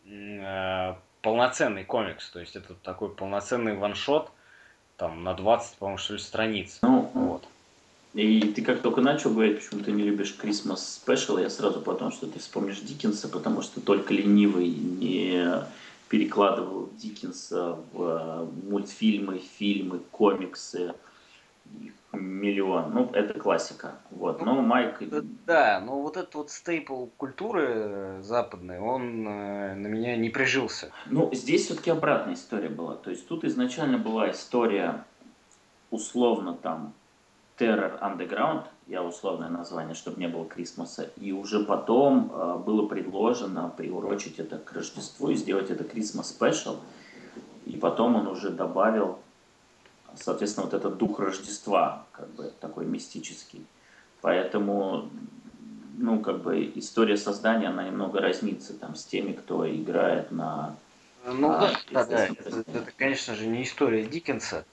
полноценный комикс. То есть это такой полноценный ваншот, там, на 20, по-моему, что ли, страниц. Ну, Вот. и ты как только начал говорить, почему ты не любишь Christmas Special, я сразу подумал, что ты вспомнишь Диккенса, потому что только ленивый не перекладывал Диккенса в мультфильмы, фильмы, комиксы, их миллион. Ну, это классика. Вот. Ну, Но Майк, да, но вот этот вот стейпл культуры западной, он на меня не прижился. ну, здесь все-таки обратная история была. То есть тут изначально была история условно там Terror Underground, я условное название, чтобы не было Крисмаса, и уже потом было предложено приурочить это к Рождеству и сделать это Christmas Special, и потом он уже добавил, соответственно, вот этот дух Рождества, как бы такой мистический. Поэтому, ну, как бы история создания, она немного разнится там с теми, кто играет на Ну да, да, да, естественном это, рождении. конечно же, не история Диккенса,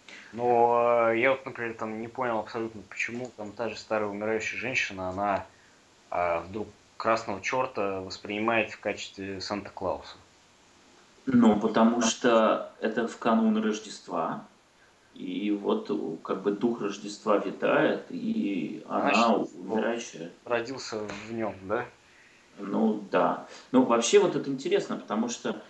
но я вот, например, там не понял абсолютно, почему там та же старая умирающая женщина, она вдруг красного черта воспринимает в качестве Санта-Клауса. Ну, потому что это в канун Рождества, и вот как бы дух Рождества витает, и Она она считает, что умирающая. родился в нем, да? Ну да. Ну вообще вот это интересно, потому что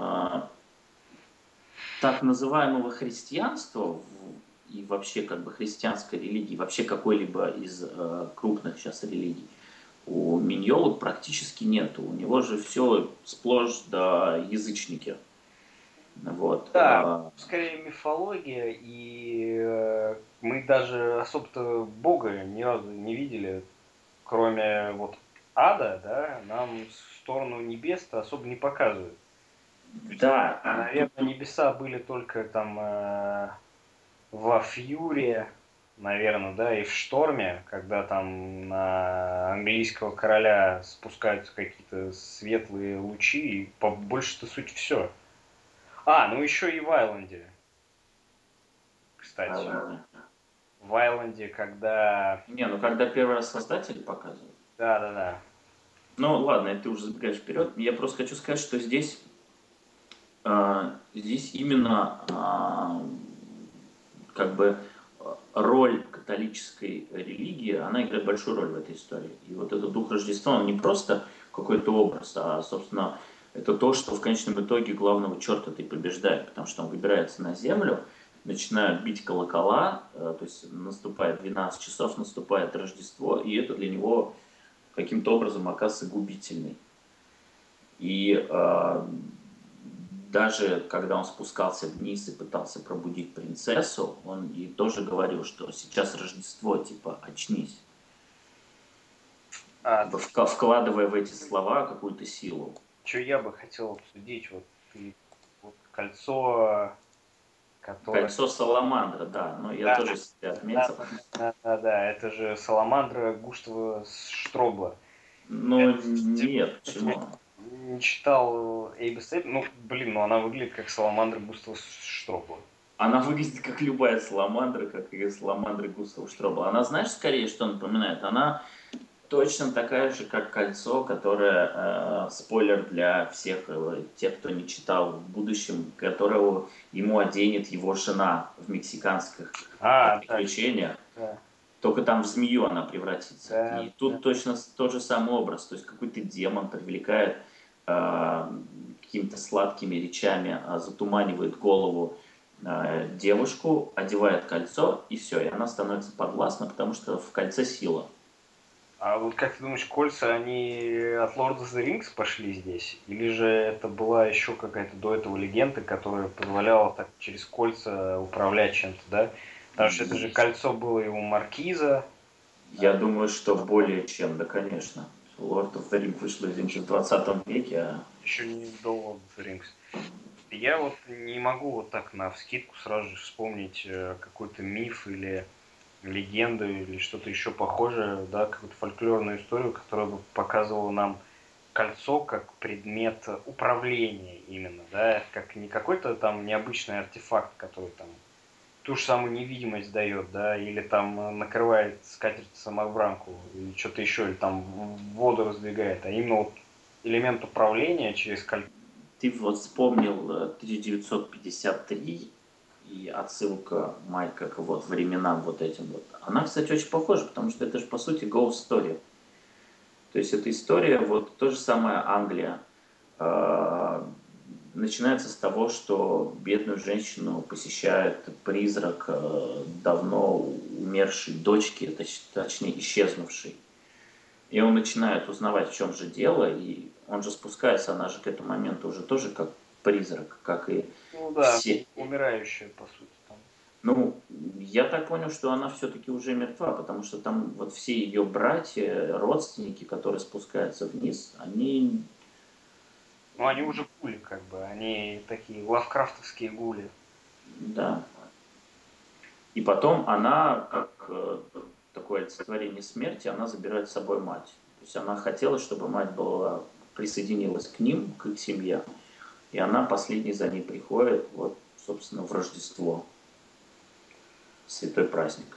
так называемого христианства и вообще как бы христианской религии, вообще какой-либо из крупных сейчас религий, у Миньолог практически нету. У него же все сплошь да язычники. Вот. Да, скорее мифология, и мы даже особо-то Бога ни разу не видели, кроме вот ада, да, нам сторону небес-то особо не показывают. То есть, Да, тут наверное, небеса были только там во Фьюре, наверное, да, и в Шторме, когда там на английского короля спускаются какие-то светлые лучи, и по большей-то суть все. Ну еще и в Айленде, кстати. В Айленде, когда... не, ну когда первый раз создатели показывают. Да-да-да. Ну ладно, это ты уже забегаешь вперед. Я просто хочу сказать, что здесь, здесь именно как бы роль католической религии, она играет большую роль в этой истории. И вот этот дух Рождества, он не просто какой-то образ, а, собственно, это то, что в конечном итоге главного черта-то и побеждает, потому что он выбирается на землю, начинают бить колокола, то есть наступает 12 часов, наступает Рождество, и это для него каким-то образом оказывается губительный. И даже когда он спускался вниз и пытался пробудить принцессу, он ей тоже говорил, что сейчас Рождество, типа, очнись. А Как бы вкладывая в эти слова какую-то силу. что я бы хотел обсудить, вот ты вот кольцо, которое... Кольцо Саламандра, да, но я Да, тоже себя да, отметил. да, да, да, это же Саламандра Густава Штробла. Но нет, Я почему? не читал Эйба Стейпа, ну, блин, ну она выглядит как Саламандра Густава Штробла. Она выглядит как любая саламандра, как и саламандра Густава Штробла. Она, знаешь, скорее, что напоминает? Она точно такая же, как кольцо, которое, спойлер для всех тех, кто не читал в будущем, которого ему оденет его жена в мексиканских Да, приключениях. да, Только там в змею она превратится. да, И да. тут точно тот же самый образ. То есть какой-то демон привлекает какими-то сладкими речами, затуманивает голову девушку, одевает кольцо, и все, и она становится подвластна, потому что в кольце сила. А вот как ты думаешь, кольца, они от Lord of the Rings пошли здесь? Или же это была еще какая-то до этого легенда, которая позволяла так через кольца управлять чем-то, да? Потому что это же кольцо было и у Маркиза. Я думаю, что более чем, да, конечно. Lord of the Rings вышла, извините, в 20 веке, а... Еще не до Lord of the Rings. Я вот не могу вот так навскидку сразу же вспомнить какой-то миф или легенду или что-то еще похожее, да, какую-то фольклорную историю, которая бы показывала нам кольцо как предмет управления именно, да, как не какой-то там необычный артефакт, который там ту же самую невидимость дает, да, или там накрывает скатерть-самобранку, или что-то еще, или там воду раздвигает, а именно вот элемент управления через кольцо. Ты вот вспомнил 1953 и отсылка Майка к вот временам вот этим вот. Она, кстати, очень похожа, потому что это же, по сути, ghost story. То есть это история, вот то же самое Англия. Э, Начинается с того, что бедную женщину посещает призрак давно умершей дочки, точнее исчезнувшей. И он начинает узнавать, в чем же дело, и он же спускается, она же к этому моменту уже тоже как призрак, как и Ну да, все. умирающая, по сути, там. Ну, я так понял, что она все-таки уже мертва, потому что там вот все ее братья, родственники, которые спускаются вниз, они, Ну, они уже гули, как бы, они такие лавкрафтовские гули. да. И потом она, как такое олицетворение смерти, она забирает с собой мать. То есть она хотела, чтобы мать была, присоединилась к ним, к их семье, и она последней за ней приходит, вот, собственно, в Рождество, святой праздник,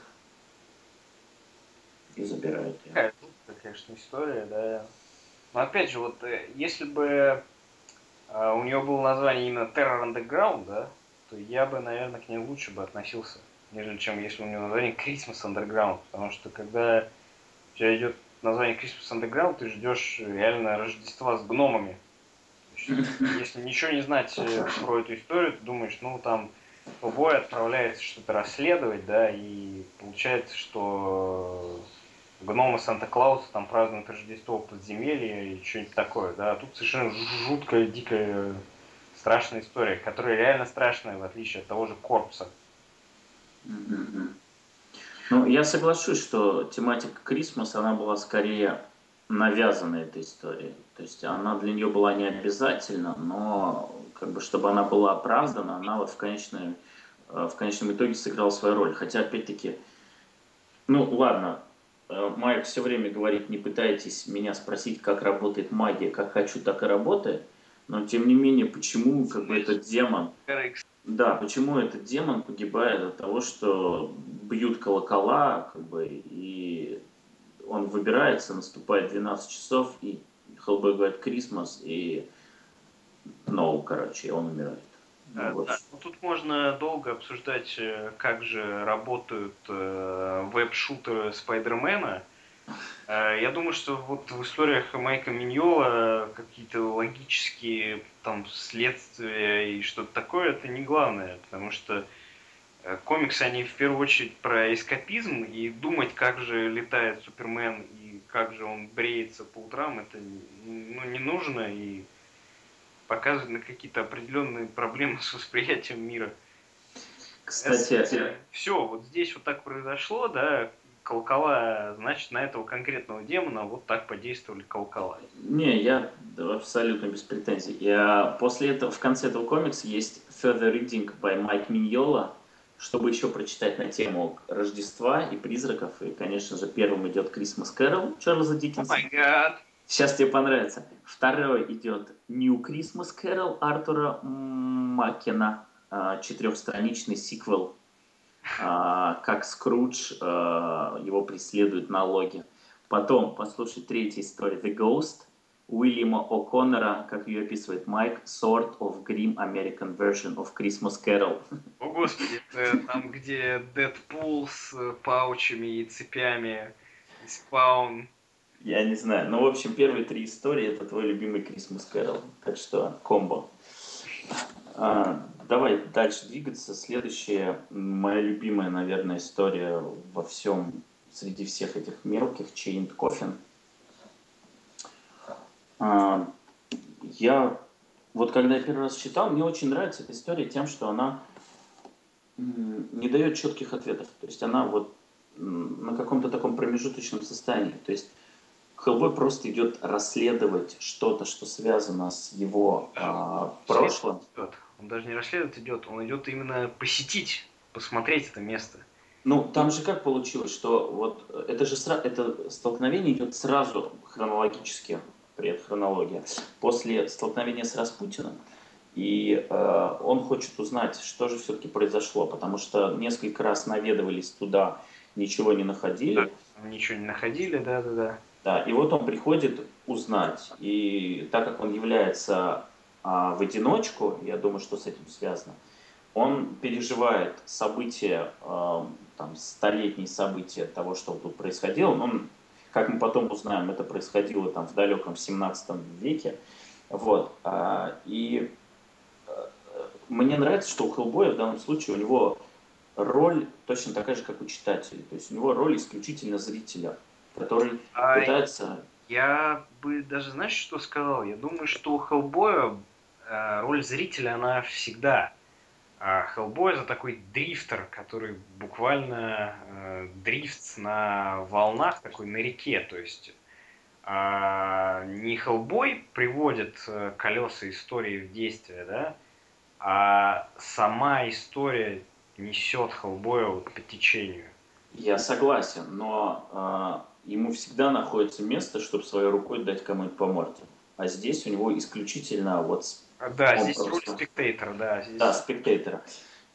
и забирает ее. Такая жуткая, конечно, история, да. Но опять же, вот если бы у нее было название именно Terror Underground, да, то я бы, наверное, к ней лучше бы относился, нежели чем если у нее название Christmas Underground. Потому что когда у тебя идет название Christmas Underground, ты ждешь реально Рождества с гномами. То есть, если ничего не знать про эту историю, ты думаешь, ну там Хеллбой отправляется что-то расследовать, да, и получается, что гномы Санта-Клауса там празднуют Рождество в подземелье и что-нибудь такое, да. А тут совершенно жуткая, дикая, страшная история, которая реально страшная, в отличие от того же Корпуса. Ну, я соглашусь, что тематика Крисмас, она была скорее навязана этой историей. То есть она для нее была не обязательна, но как бы чтобы она была оправдана, она вот в конечном итоге сыграла свою роль. Хотя, опять-таки, ну ладно, Майк все время говорит, не пытайтесь меня спросить, как работает магия, как хочу, так и работает. Но тем не менее, почему как бы этот демон, да, почему этот демон погибает от того, что бьют колокола, как бы, и он выбирается, наступает 12 часов, и Хеллбой говорит «Крисмас», и «No», короче, и он умирает. Ну вот. Да. Ну, тут можно долго обсуждать, как же работают веб-шутеры Спайдермена. Я думаю, что вот в историях Майка Миньола какие-то логические там следствия и что-то такое, это не главное, потому что комиксы, они в первую очередь про эскапизм, и думать, как же летает Супермен и как же он бреется по утрам, это ну, не нужно, и показывает на какие-то определенные проблемы с восприятием мира. Кстати, Все, вот здесь вот так произошло, да, колокола, значит, на этого конкретного демона вот так подействовали колокола. не, я абсолютно без претензий. Я, после этого, в конце этого комикса есть further reading by Mike Mignola, чтобы еще прочитать на тему Рождества и призраков. И, конечно же, первым идет Christmas Carol Чарльза О Диккенса. май гад! Сейчас тебе понравится. Второй идет New Christmas Carol Артура Маккена. Четырехстраничный сиквел, как Скрудж его преследуют налоги. Потом, послушай, третья история The Ghost Уильяма О'Коннора, как ее описывает Майк, Sort of Grim American Version of Christmas Carol. О господи, это там, где Дэдпул с паучами и цепями, и Спаун. Я не знаю. Ну, в общем, первые три истории это твой любимый Christmas Carol. Так что комбо. Давай дальше двигаться. Следующая, моя любимая, наверное, история во всем, среди всех этих мелких, Chained Coffin. Я, вот когда я первый раз читал, мне очень нравится эта история тем, что она не дает четких ответов. То есть она вот на каком-то таком промежуточном состоянии. То есть Хеллбой просто идет расследовать что-то, что связано с его прошлым. Он даже не расследовать идет, он идет именно посетить, посмотреть это место. Ну, там же как получилось, что вот это же это столкновение идет сразу хронологически, привет, хронология, после столкновения с Распутиным. И он хочет узнать, что же все-таки произошло, потому что несколько раз наведывались туда, ничего не находили. Ничего не находили, да. Да, и вот он приходит узнать. И так как он является в одиночку, я думаю, что с этим связано, он переживает события, там, столетние события того, что тут происходило. Ну, как мы потом узнаем, это происходило там в далеком 17 веке. Вот. И мне нравится, что у Хеллбоя в данном случае у него роль точно такая же, как у читателей. То есть у него роль исключительно зрителя, который пытается... Я бы даже, знаешь, что сказал? Я думаю, что у Хеллбоя роль зрителя, она всегда. А Хеллбой это такой дрифтер, который буквально дрифт на волнах, такой на реке. То есть не Хеллбой приводит колеса истории в действие, да, а сама история несет Хеллбоя вот по течению. Я согласен, но ему всегда находится место, чтобы своей рукой дать кому-нибудь по морде. А здесь у него исключительно вот Да, он здесь роль просто... спектейтора, да. Да, Здесь... спектейтора.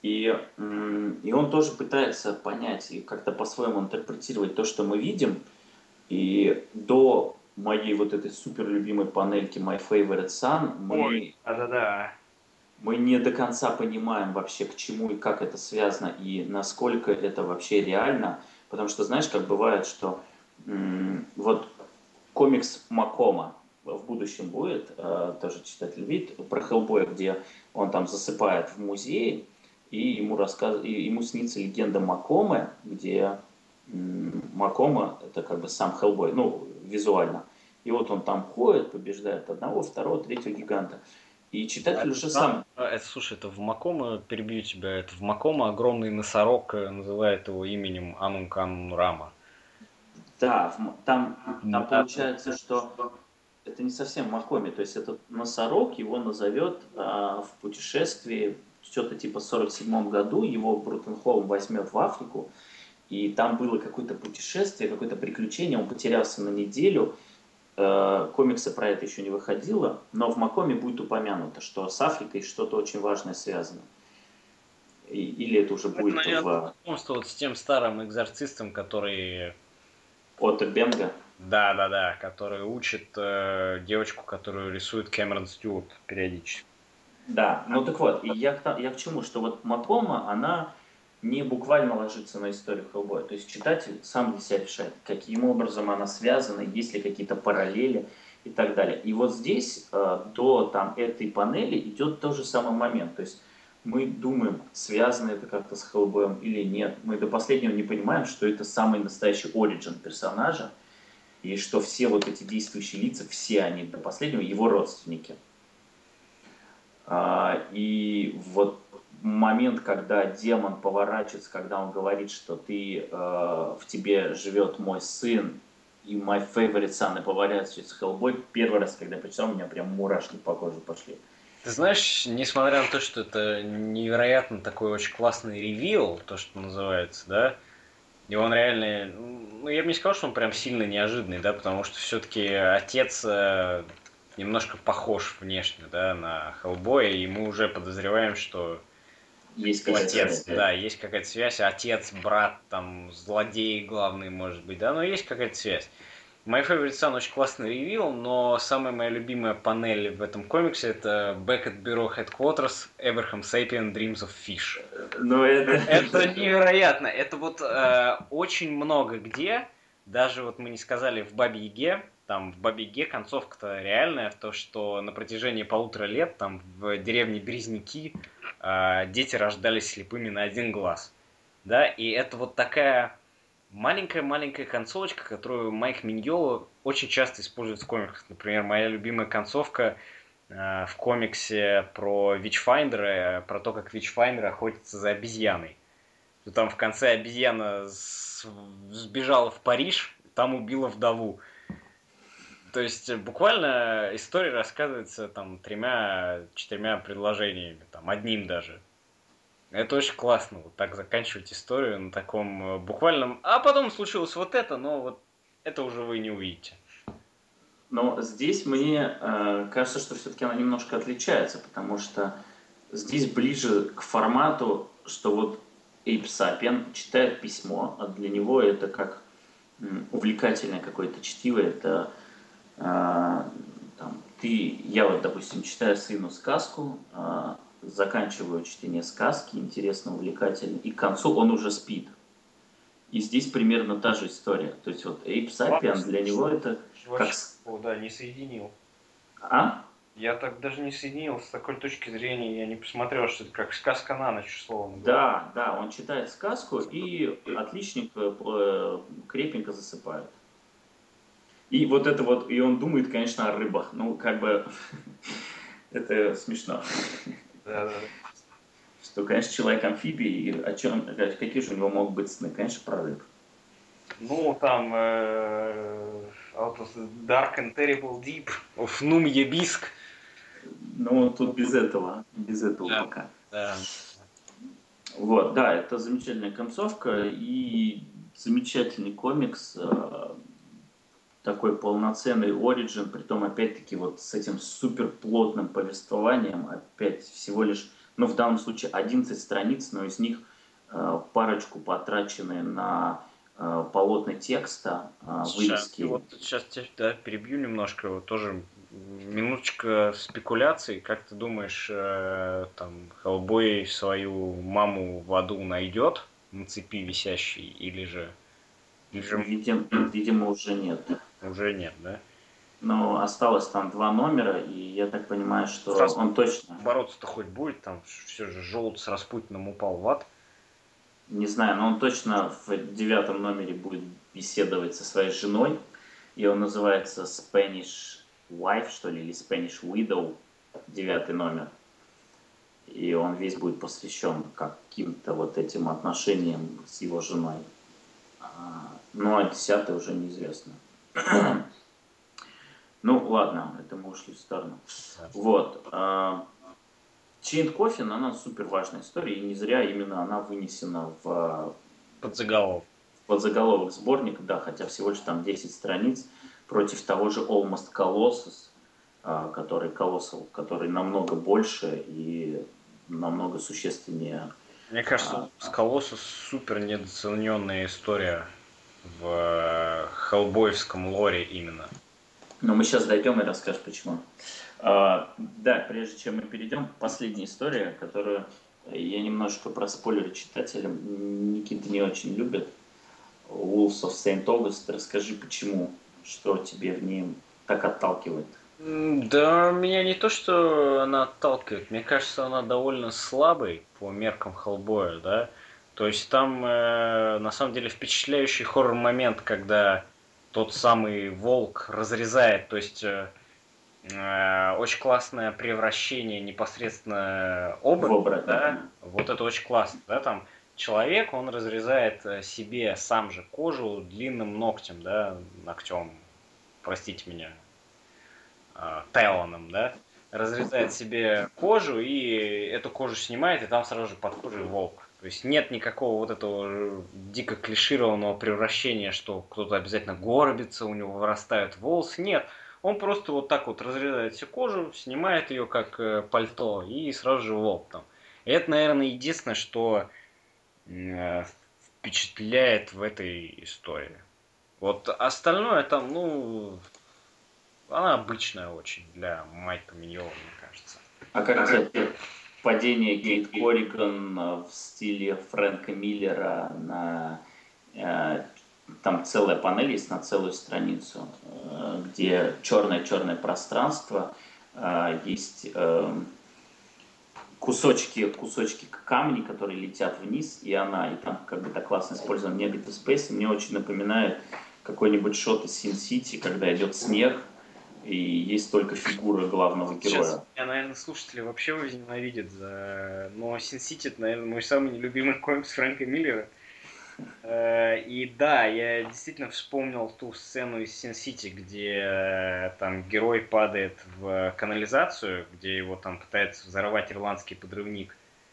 И он тоже пытается понять и как-то по-своему интерпретировать то, что мы видим. И до моей вот этой супер любимой панельки My Favorite Son Ой, да. мы не до конца понимаем вообще, к чему и как это связано, и насколько это вообще реально. Потому что, знаешь, как бывает, что вот комикс Макома в будущем будет, тоже читатель видит, про Хеллбоя, где он там засыпает в музее, и ему снится легенда Макомы, где Макома это как бы сам Хеллбой, ну, визуально. И вот он там ходит, побеждает одного, второго, третьего гиганта. И читатель уже сам... Слушай, это в Макома, перебью тебя, это в Макома огромный носорог называет его именем Анункан Рама. Да, там Да. получается, что это не совсем Макоми, то есть этот носорог его назовет в путешествии что-то типа в 47 году, его Брутенхолм возьмет в Африку, и там было какое-то путешествие, какое-то приключение, он потерялся на неделю, комикса про это еще не выходило, но в Макоме будет упомянуто, что с Африкой что-то очень важное связано. Или это уже Это, будет наверное, в знакомство вот с тем старым экзорцистом, который... Отто Бенга. Да, который учит девочку, которую рисует Кэмерон Стюарт периодически. Да, ну так вот, и я к чему, что вот Макома, она не буквально ложится на историю Хеллбоя. То есть читатель сам для себя решает, каким образом она связана, есть ли какие-то параллели и так далее. И вот здесь до там, этой панели идет тот же самый момент. То есть мы думаем, связано это как-то с Хеллбоем или нет. Мы до последнего не понимаем, что это самый настоящий оригин персонажа, и что все вот эти действующие лица, все они до последнего его родственники. И вот момент, когда демон поворачивается, когда он говорит, что в тебе живет мой сын, и my favorite son, и поворачивается Хеллбой, первый раз, когда я прочитал, у меня прям мурашки по коже пошли. Ты знаешь, несмотря на то, что это невероятно такой очень классный ревил, то, что называется, да, и он реально, ну, я бы не сказал, что он прям сильно неожиданный, да, потому что все-таки отец немножко похож внешне, да, на Хеллбоя, и мы уже подозреваем, что Есть какая-то отец, связь. да, есть какая-то связь, отец, брат, там, злодей главный, может быть, да, но есть какая-то связь. My Favorite Son очень классный ревил, но самая моя любимая панель в этом комиксе это Back at Bureau Headquarters, Abraham Sapien Dreams of Fish. Ну это... Это невероятно. Это вот очень много где, даже вот мы не сказали в Бабе Яге, там в Бабе Яге концовка-то реальная, то, что на протяжении 1,5 лет там в деревне Березники дети рождались слепыми на один глаз. Да, и это вот такая маленькая-маленькая концовочка, которую Майк Миньоло очень часто использует в комиксах. Например, моя любимая концовка в комиксе про Вичфайндера, про то, как Вичфайндер охотится за обезьяной. Что там в конце обезьяна сбежала в Париж, там убила вдову. То есть буквально история рассказывается там тремя-четырьмя предложениями, там одним даже. Это очень классно, вот так заканчивать историю на таком буквальном. А потом случилось вот это, но вот это уже вы не увидите. Но здесь мне кажется, что все-таки она немножко отличается, потому что здесь ближе к формату, что вот Эйп Сапиен читает письмо, а для него это как увлекательное какое-то чтиво, это я вот, допустим, читаю сыну сказку, заканчиваю чтение сказки, интересно, увлекательно, и к концу он уже спит. И здесь примерно та же история. То есть вот Эйп Сапиен для него это как... Вообще, да, не соединил. А? Я так даже не соединил с такой точки зрения, я не посмотрел, что это как сказка на ночь, условно говоря. Да, да, он читает сказку, и отличник крепенько засыпает. И вот это вот, и он думает, конечно, о рыбах. Ну, как бы, это смешно. Да, да, да. Что, конечно, человек-амфибия, и о чем, какие же у него могут быть сны? Конечно, про рыб. Ну, там Out of the Dark and Terrible Deep of Num Ебиск. Ну, тут без этого Да, пока. да. Вот, да, это замечательная концовка и замечательный комикс, такой полноценный оригин, притом опять-таки вот с этим супер плотным повествованием, опять всего лишь, ну в данном случае 11 страниц, но из них парочку потрачены на полотна текста, вырезки. Сейчас тебя да, перебью немножко, вот тоже минуточка спекуляций. Как ты думаешь, там Хеллбой свою маму в аду найдет на цепи висящей, или же Видимо, уже нет. уже нет, да? Но осталось там 2 номера, и я так понимаю, С что он Распутиным точно, бороться-то хоть будет, там все же желудь с Распутиным упал в ад. не знаю, но он точно в 9 номере будет беседовать со своей женой, и он называется Spanish Wife, что ли, или Spanish Widow, 9 номер. И он весь будет посвящен каким-то вот этим отношениям с его женой. Ну, а 10 уже неизвестно. Ну, ладно, это мы ушли в сторону. Да. Вот. Чейн Кофин, она супер важная история, и не зря именно она вынесена в Подзаголовок. подзаголовок сборника, да, хотя всего лишь там 10 страниц, против того же Almost Colossus, Colossal, который намного больше и намного существеннее. Мне кажется, Колоссус супер недооцененная история в хеллбоевском лоре именно. Но мы сейчас дойдем и расскажешь, почему. Да, прежде чем мы перейдем, последняя история, которую я немножко проспойлерю читателям. Никита не очень любит. Wolves of Saint August. Расскажи, почему, что тебе в ней так отталкивает. Да, меня не то, что она отталкивает, мне кажется, она довольно слабой по меркам Хеллбоя, да. То есть там на самом деле впечатляющий хоррор-момент, когда тот самый волк разрезает, то есть очень классное превращение непосредственно В образа, оборотня. да, вот это очень классно, да, там человек, он разрезает себе сам же кожу длинным ногтем, да, ногтем, простите меня, Телланом, да, разрезает себе кожу и эту кожу снимает, и там сразу же под кожей волк. То есть нет никакого вот этого дико клишированного превращения, что кто-то обязательно горбится, у него вырастают волосы. Нет, он просто вот так вот разрезает всю кожу, снимает ее как пальто, и сразу же волк там. И это, наверное, единственное, что э, впечатляет в этой истории. Вот остальное там, ну, она обычная очень для Майка Миньола, мне кажется. А как тебе падение Кейт Корриган в стиле Фрэнка Миллера на там целая панель есть на целую страницу, где черное-черное пространство, есть кусочки камней, которые летят вниз, и там как бы так классно использован Negative Space, и мне очень напоминает какой-нибудь шот из Sin City, когда идет снег, и есть только фигура главного Сейчас героя. меня, наверное, слушатели вообще возненавидят за... Но Sin City, это, наверное, мой самый нелюбимый комикс Фрэнка Миллера. И да, я действительно вспомнил ту сцену из Син-Сити, где там герой падает в канализацию, где его там пытается взорвать ирландский подрывник.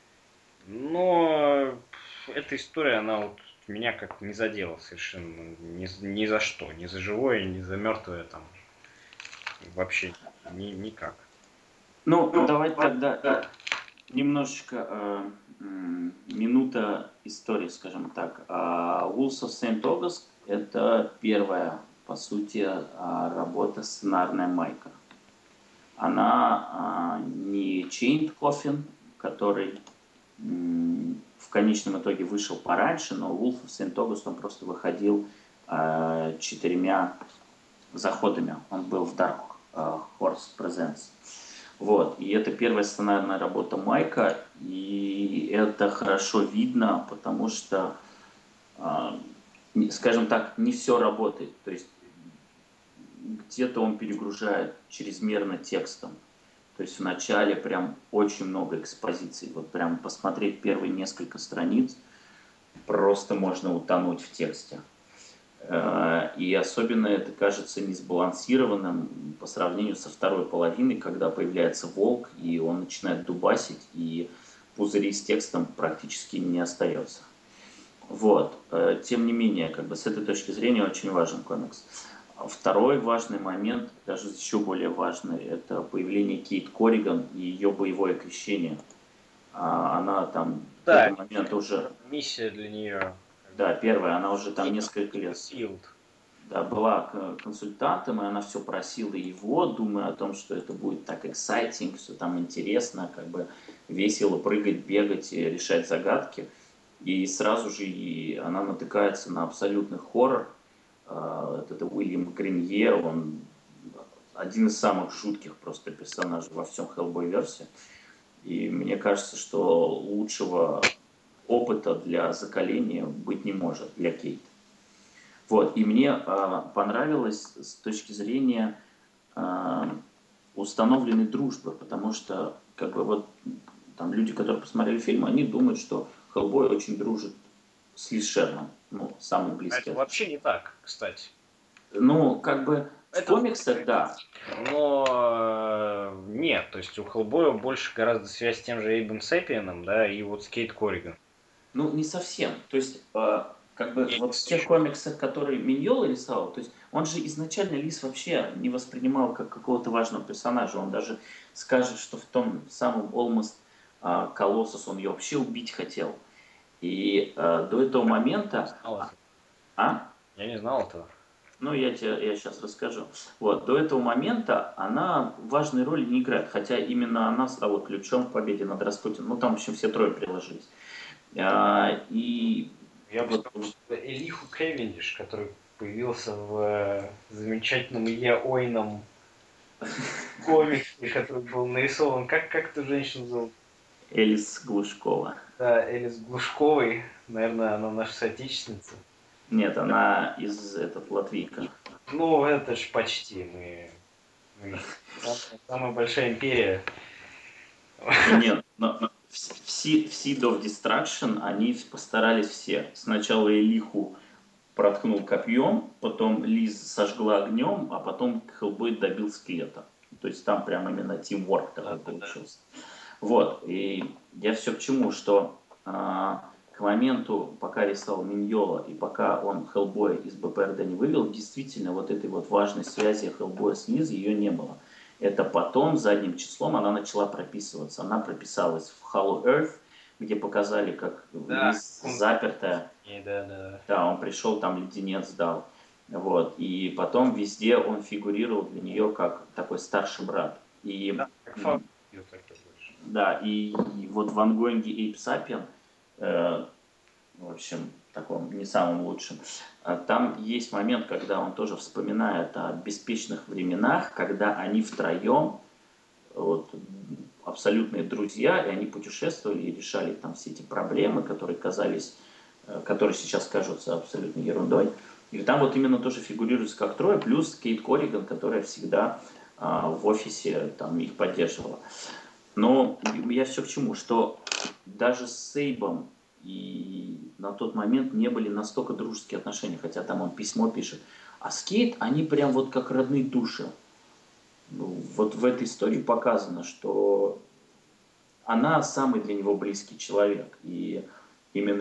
Но эта история, она вот меня как не задела совершенно ни за что. Ни за живое, ни за мертвое там вообще никак. Ну, давайте тогда немножечко минута истории, скажем так. Wolves of Saint August — это первая, по сути, работа сценарная Майка. Она не Chained Coffin, который в конечном итоге вышел пораньше, но Wolf of Saint August он просто выходил 4 заходами. Он был в Dark Horse Presents. Вот. И это первая сценарная работа Майка, и это хорошо видно, потому что, скажем так, не все работает. То есть где-то он перегружает чрезмерно текстом. То есть вначале прям очень много экспозиций. Вот прям посмотреть первые несколько страниц, просто можно утонуть в тексте. И особенно это кажется несбалансированным по сравнению со второй половиной, когда появляется волк, и он начинает дубасить, и пузырей с текстом практически не остается. Вот. Тем не менее, как бы с этой точки зрения очень важен комикс. Второй важный момент, даже еще более важный, это появление Кейт Корриган и ее боевое крещение. Она там к Да, этому моменту уже... миссия для нее. Да, первая, она уже там несколько лет... Да, была консультантом, и она все просила его, думая о том, что это будет так exciting, все там интересно, как бы весело прыгать, бегать и решать загадки. И сразу же она натыкается на абсолютный хоррор. Это Уильям Гринье, он один из самых жутких просто персонажей во всем Hellboy-версе. И мне кажется, что лучшего опыта для закаления быть не может для Кейт. Вот, и мне понравилось с точки зрения установленной дружбы, потому что как бы вот там люди, которые посмотрели фильм, они думают, что Хеллбой очень дружит с Ли Шерман, ну, самый близкий. Это вообще не так, кстати. Ну, как бы в Это... комиксах, да. Но нет, то есть у Хеллбоя больше гораздо связь с тем же Эйбом Сэпиеном, да, и вот с Кейт Корриган. Ну, не совсем. То есть, как бы И вот в тех комиксах, которые Миньола рисовал, то есть он же изначально Лис вообще не воспринимал как какого-то важного персонажа. Он даже скажет, что в том самом Almost Colossus он ее вообще убить хотел. И до этого момента... Я не знал этого. Ну, я сейчас расскажу. Вот, до этого момента она важной роли не играет, хотя именно она стала ключом к победе над Распутиным. Ну, там, в общем, все трое приложились. И Я вот... бы сказал, Элиху Кевиндиш, который появился в замечательном Илья Ойном комиксе, который был нарисован. Как эту женщину зовут? Элис Глушкова. Да, Элис Глушковой. Наверное, она наша соотечественница. Нет, она из латвийка. Ну, это ж почти. Мы самая большая империя. Нет, но в Seed of Destruction они постарались все. Сначала Элиху проткнул копьем, потом Лиз сожгла огнем, а потом Хеллбой добил скелета. То есть там прям именно тимворк такой получился. Вот, и я все к чему, что к моменту, пока рисовал Миньола и пока он Хеллбоя из БПРД не вывел, действительно вот этой вот важной связи Хеллбоя с Лиз ее не было. Это потом, задним числом, она начала прописываться. Она прописалась в Hollow Earth, где показали, как Лиз запертая. Да, он пришел, там леденец дал. Вот. И потом везде он фигурировал для нее как такой старший брат. И, да, и вот в ангоинге Ape Sapien, в общем, таком не самым лучшем, там есть момент, когда он тоже вспоминает о беспечных временах, когда они втроем, вот, абсолютные друзья, и они путешествовали и решали там все эти проблемы, которые которые сейчас кажутся абсолютной ерундой. И там вот именно тоже фигурируется как трое, плюс Кейт Корриган, которая всегда в офисе там их поддерживала. Но я все к чему, что даже с Сейбом и на тот момент не были настолько дружеские отношения, хотя там он письмо пишет. А с Кейт они прям вот как родные души. Ну, вот в этой истории показано, что она самый для него близкий человек. И именно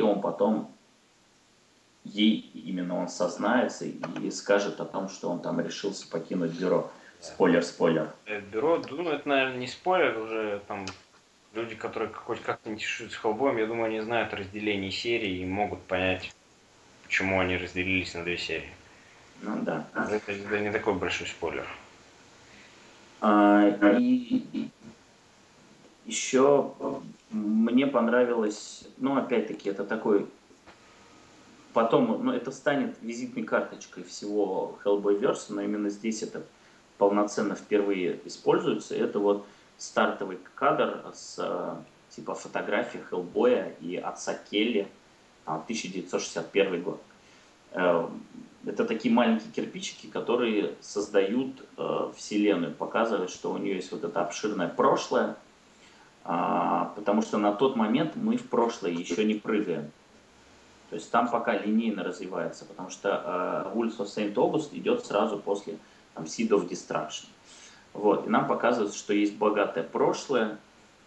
ей именно он сознается и скажет о том, что он там решился покинуть бюро. Спойлер, спойлер. Бюро, ну это, наверное, не спойлер, уже там люди, которые хоть как-то интересуются Хеллбоем, я думаю, они знают о разделении серии и могут понять, почему они разделились на 2 серии. Ну да. Это не такой большой спойлер. И еще мне понравилось, ну опять-таки это такой, потом, ну это станет визитной карточкой всего Hellboyverse, но именно здесь это полноценно впервые используется. Это вот стартовый кадр с типа фотографии Хеллбоя и отца Келли, 1961 год. Это такие маленькие кирпичики, которые создают вселенную, показывают, что у нее есть вот это обширное прошлое, потому что на тот момент мы в прошлое еще не прыгаем. То есть там пока линейно развивается, потому что Wolves of St. August идет сразу после там, Seed of Destruction. Вот. И нам показывается, что есть богатое прошлое,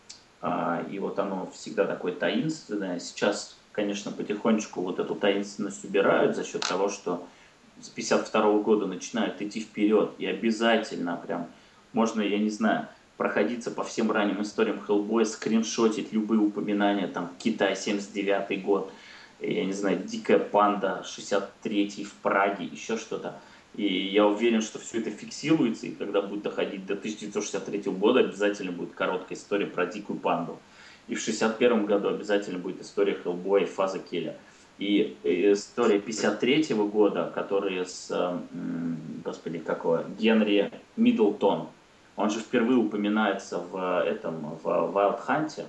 и вот оно всегда такое таинственное. Сейчас, конечно, потихонечку вот эту таинственность убирают за счет того, что с 52 года начинают идти вперед, и обязательно прям можно, я не знаю, проходиться по всем ранним историям Хеллбоя, скриншотить любые упоминания, там, Китай, 79 год, я не знаю, Дикая панда, 63-й в Праге, еще что-то. И я уверен, что все это фиксируется, и когда будет доходить до 1963 года, обязательно будет короткая история про Дикую панду. И в 61 году обязательно будет история Хеллбоя и фаза Келля. И история 53 года, которая с, господи, какого, Генри Миддлтон, он же впервые упоминается в Wild Hunt.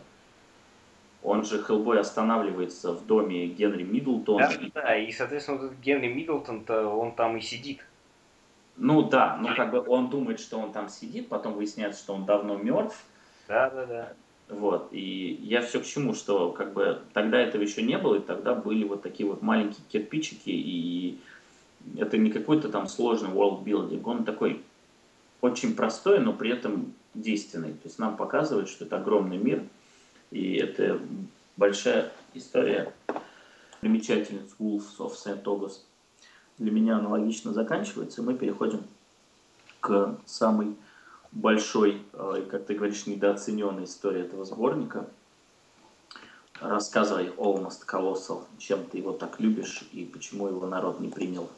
Он же, Хеллбой, останавливается в доме Генри Миддлтона. Да, и, соответственно, вот этот Генри Миддлтон-то, он там и сидит. Ну да, ну как бы он думает, что он там сидит, потом выясняется, что он давно мертв. Да. Вот, и я все к чему, что как бы тогда этого еще не было, и тогда были вот такие вот маленькие кирпичики, и это не какой-то там сложный world-building, он такой очень простой, но при этом действенный. То есть нам показывает, что это огромный мир, и это большая история примечательниц Wolves of St. August. Для меня аналогично заканчивается, и мы переходим к самой большой, как ты говоришь, недооцененной истории этого сборника. Рассказывай Almost Colossal, чем ты его так любишь и почему его народ не принял.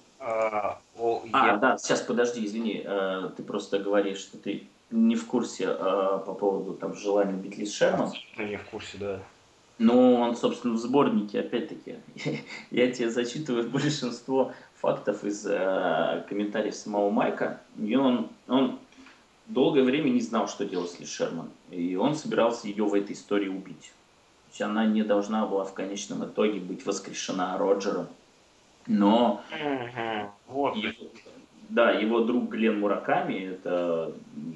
Да, сейчас подожди, извини, ты просто говоришь, что ты не в курсе по поводу там желания убить Ли Шерман. Абсолютно не в курсе, да. Ну, он, собственно, в сборнике, опять-таки, я тебе зачитываю большинство фактов из комментариев самого Майка, и он долгое время не знал, что делать с Ли Шерман, и он собирался ее в этой истории убить. То есть она не должна была в конечном итоге быть воскрешена Роджером, но вот. его друг Глен Мураками, это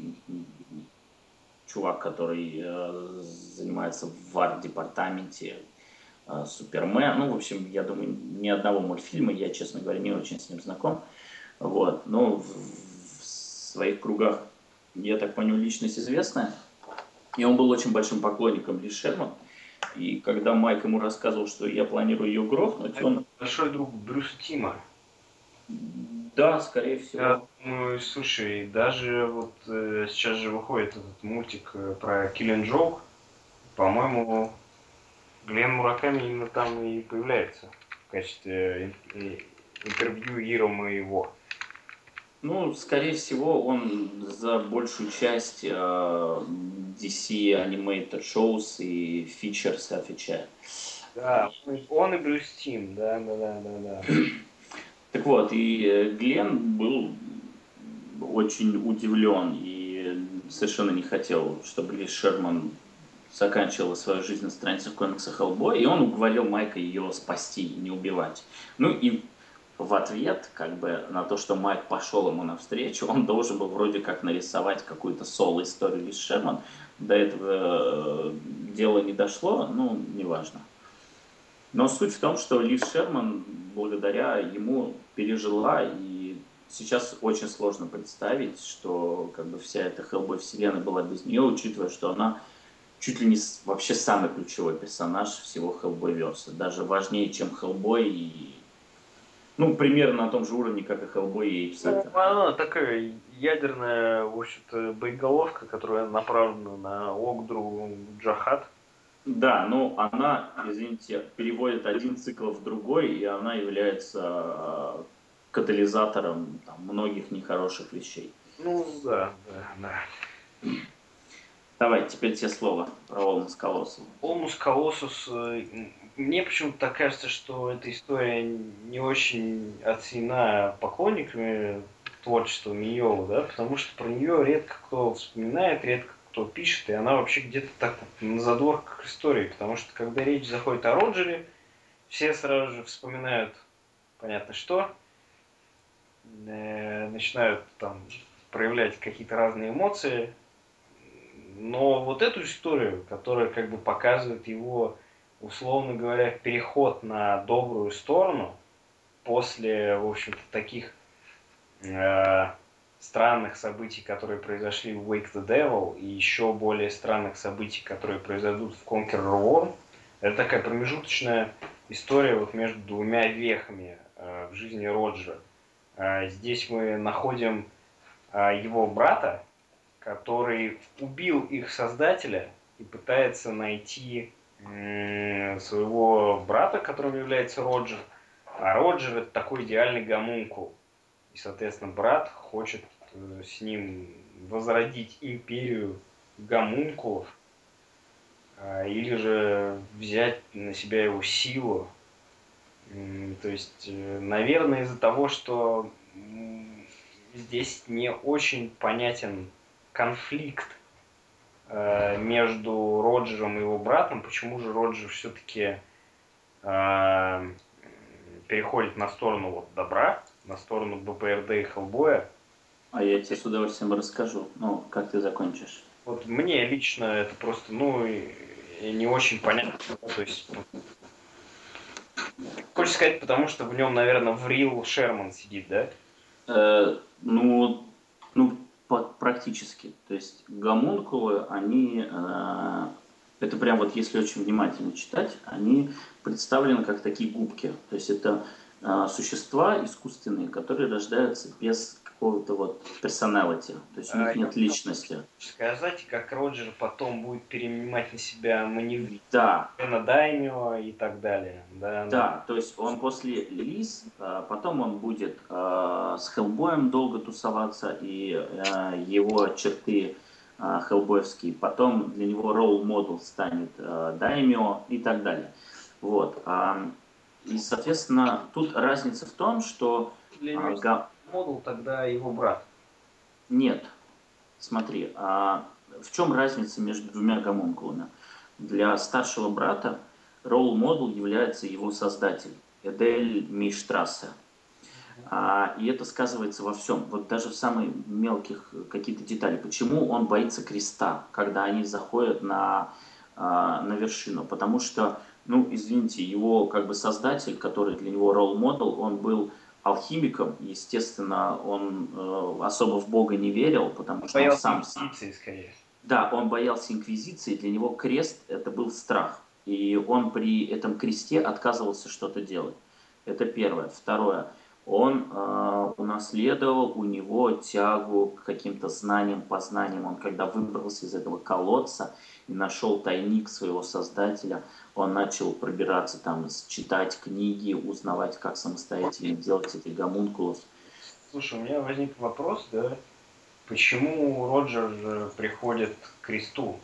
чувак, который занимается в арт-департаменте Супермен. Ну, в общем, я думаю, ни одного мультфильма, я, честно говоря, не очень с ним знаком. Вот. Но в своих кругах, я так понял, личность известная. И он был очень большим поклонником Ли Шерман. И когда Майк ему рассказывал, что я планирую ее грохнуть, он... Большой друг Брюса Тима. Да, скорее всего. Ну, слушай, даже вот сейчас же выходит этот мультик про Killing Joke. По-моему, Глен Мураками именно там и появляется в качестве интервьюируемого его. Ну, скорее всего, он за большую часть DC Animated Shows и Features отвечает. Да, он и Брюс Тим, да. Так вот, и Глен был очень удивлен и совершенно не хотел, чтобы Ли Шерман заканчивала свою жизнь на страницах комикса Hellboy, и он уговорил Майка ее спасти, не убивать. Ну и в ответ, как бы, на то, что Майк пошел ему навстречу, он должен был вроде как нарисовать какую-то соло-историю Ли Шерман. До этого дела не дошло, ну, неважно. Но суть в том, что Лив Шерман благодаря ему пережила, и сейчас очень сложно представить, что как бы вся эта Хеллбой вселенная была без нее, учитывая, что она чуть ли не вообще самый ключевой персонаж всего Хеллбойверса. Даже важнее, чем Хеллбой и... Ну, примерно на том же уровне, как и Хеллбой и Ну, Эйпсайкер. она такая ядерная, в общем-то, боеголовка, которая направлена на Огдру Джахат. Да, ну она, извините, переводит один цикл в другой, и она является катализатором там, многих нехороших вещей. Ну, да, да, да. Давай, теперь тебе слово про Олмус Колоссус. Олмус Колоссус, мне почему-то так кажется, что эта история не очень оценена поклонниками творчества Мийола, да, потому что про нее редко кто вспоминает, редко кто пишет, и она вообще где-то так вот на задворках истории, потому что когда речь заходит о Роджере, все сразу же вспоминают, понятно что, начинают там проявлять какие-то разные эмоции, но вот эту историю, которая как бы показывает его, условно говоря, переход на добрую сторону после, в общем-то, таких э, странных событий, которые произошли в Wake the Devil, и еще более странных событий, которые произойдут в Conqueror World, это такая промежуточная история вот между двумя вехами в жизни Роджера. Здесь мы находим его брата, который убил их создателя и пытается найти своего брата, которым является Роджер. А Роджер это такой идеальный гомункул. И, соответственно, брат хочет с ним возродить империю гомункулов, или же взять на себя его силу. То есть, наверное, из-за того, что здесь не очень понятен конфликт между Роджером и его братом, почему же Роджер все-таки переходит на сторону вот добра, на сторону БПРД и Хеллбоя. А я тебе с удовольствием расскажу. Ну, как ты закончишь. Вот мне лично это просто, ну, и не очень понятно. То есть, хочешь сказать, потому что в нем, наверное, Врил Шерман сидит, да? Ну, практически. То есть гомункулы, они, это прям вот если очень внимательно читать, они представлены как такие губки. То есть это существа искусственные, которые рождаются без какого-то вот персоналити. То есть у них нет личности. Сказать, как Роджер потом будет перенимать на себя маневры Да, на Даймио и так далее. Да, да. да, то есть он после Лис, потом он будет с Хеллбоем долго тусоваться, и его черты хеллбоевские, потом для него ролл-модел станет Даймио и так далее. Вот. И, соответственно, тут разница в том, что... Для него модул тогда его брат. Нет, смотри, в чем разница между двумя гомункулами? Для старшего брата ролл-модел является его создатель, Эдель Мейштрассе. И это сказывается во всем, вот даже в самых мелких каких-то деталях. Почему он боится креста, когда они заходят на вершину? Потому что, ну, извините, его как бы создатель, который для него ролл-модел, он был алхимиком, естественно, он особо в Бога не верил, потому что он сам... Инквизиции, скорее. Да, он боялся инквизиции, для него крест это был страх. И он при этом кресте отказывался что-то делать. Это первое. Второе. Он унаследовал у него тягу к каким-то знаниям, познаниям. Он когда выбрался из этого колодца и нашел тайник своего создателя, он начал пробираться там, читать книги, узнавать, как самостоятельно делать этих гомункулов. Слушай, у меня возник вопрос, да, почему Роджер приходит к кресту?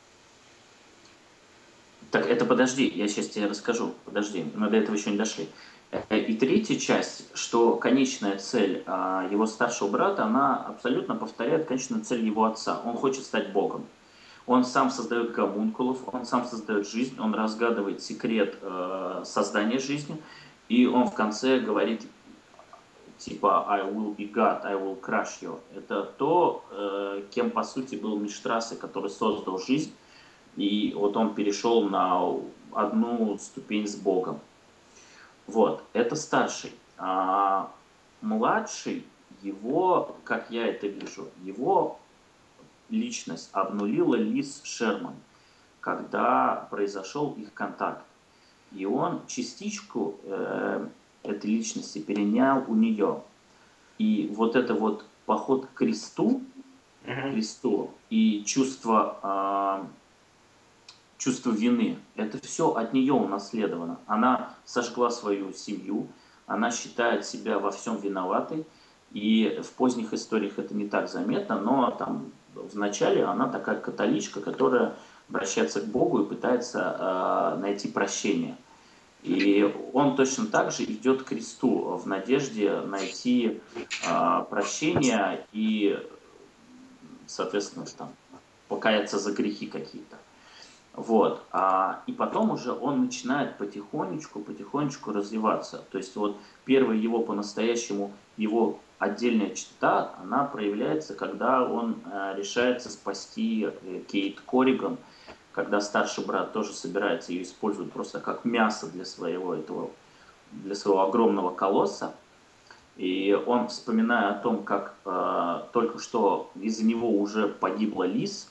Так, это подожди, я сейчас тебе расскажу. Подожди, мы до этого еще не дошли. И третья часть, что конечная цель его старшего брата, она абсолютно повторяет конечную цель его отца. Он хочет стать Богом. Он сам создает гомункулов, он сам создает жизнь, он разгадывает секрет создания жизни, и он в конце говорит типа I will be God, I will crush you. Это то, кем по сути был Миштрассе, который создал жизнь, и вот он перешел на одну ступень с Богом. Вот, это старший. А младший, его, как я это вижу, его личность обнулила Лиз Шерман, когда произошел их контакт. И он частичку этой личности перенял у нее. И вот это вот поход к кресту и чувство вины, это все от нее унаследовано. Она сожгла свою семью, она считает себя во всем виноватой, и в поздних историях это не так заметно, но там в начале она такая католичка, которая обращается к Богу и пытается найти прощение. И он точно так же идет к кресту в надежде найти прощение и, соответственно, там, покаяться за грехи какие-то. Вот. И потом уже он начинает потихонечку развиваться. То есть вот первая его по-настоящему, его отдельная черта, она проявляется, когда он решается спасти Кейт Корриган, когда старший брат тоже собирается ее использовать просто как мясо для своего огромного колосса. И он, вспоминая о том, как только что из-за него уже погибла Лиз,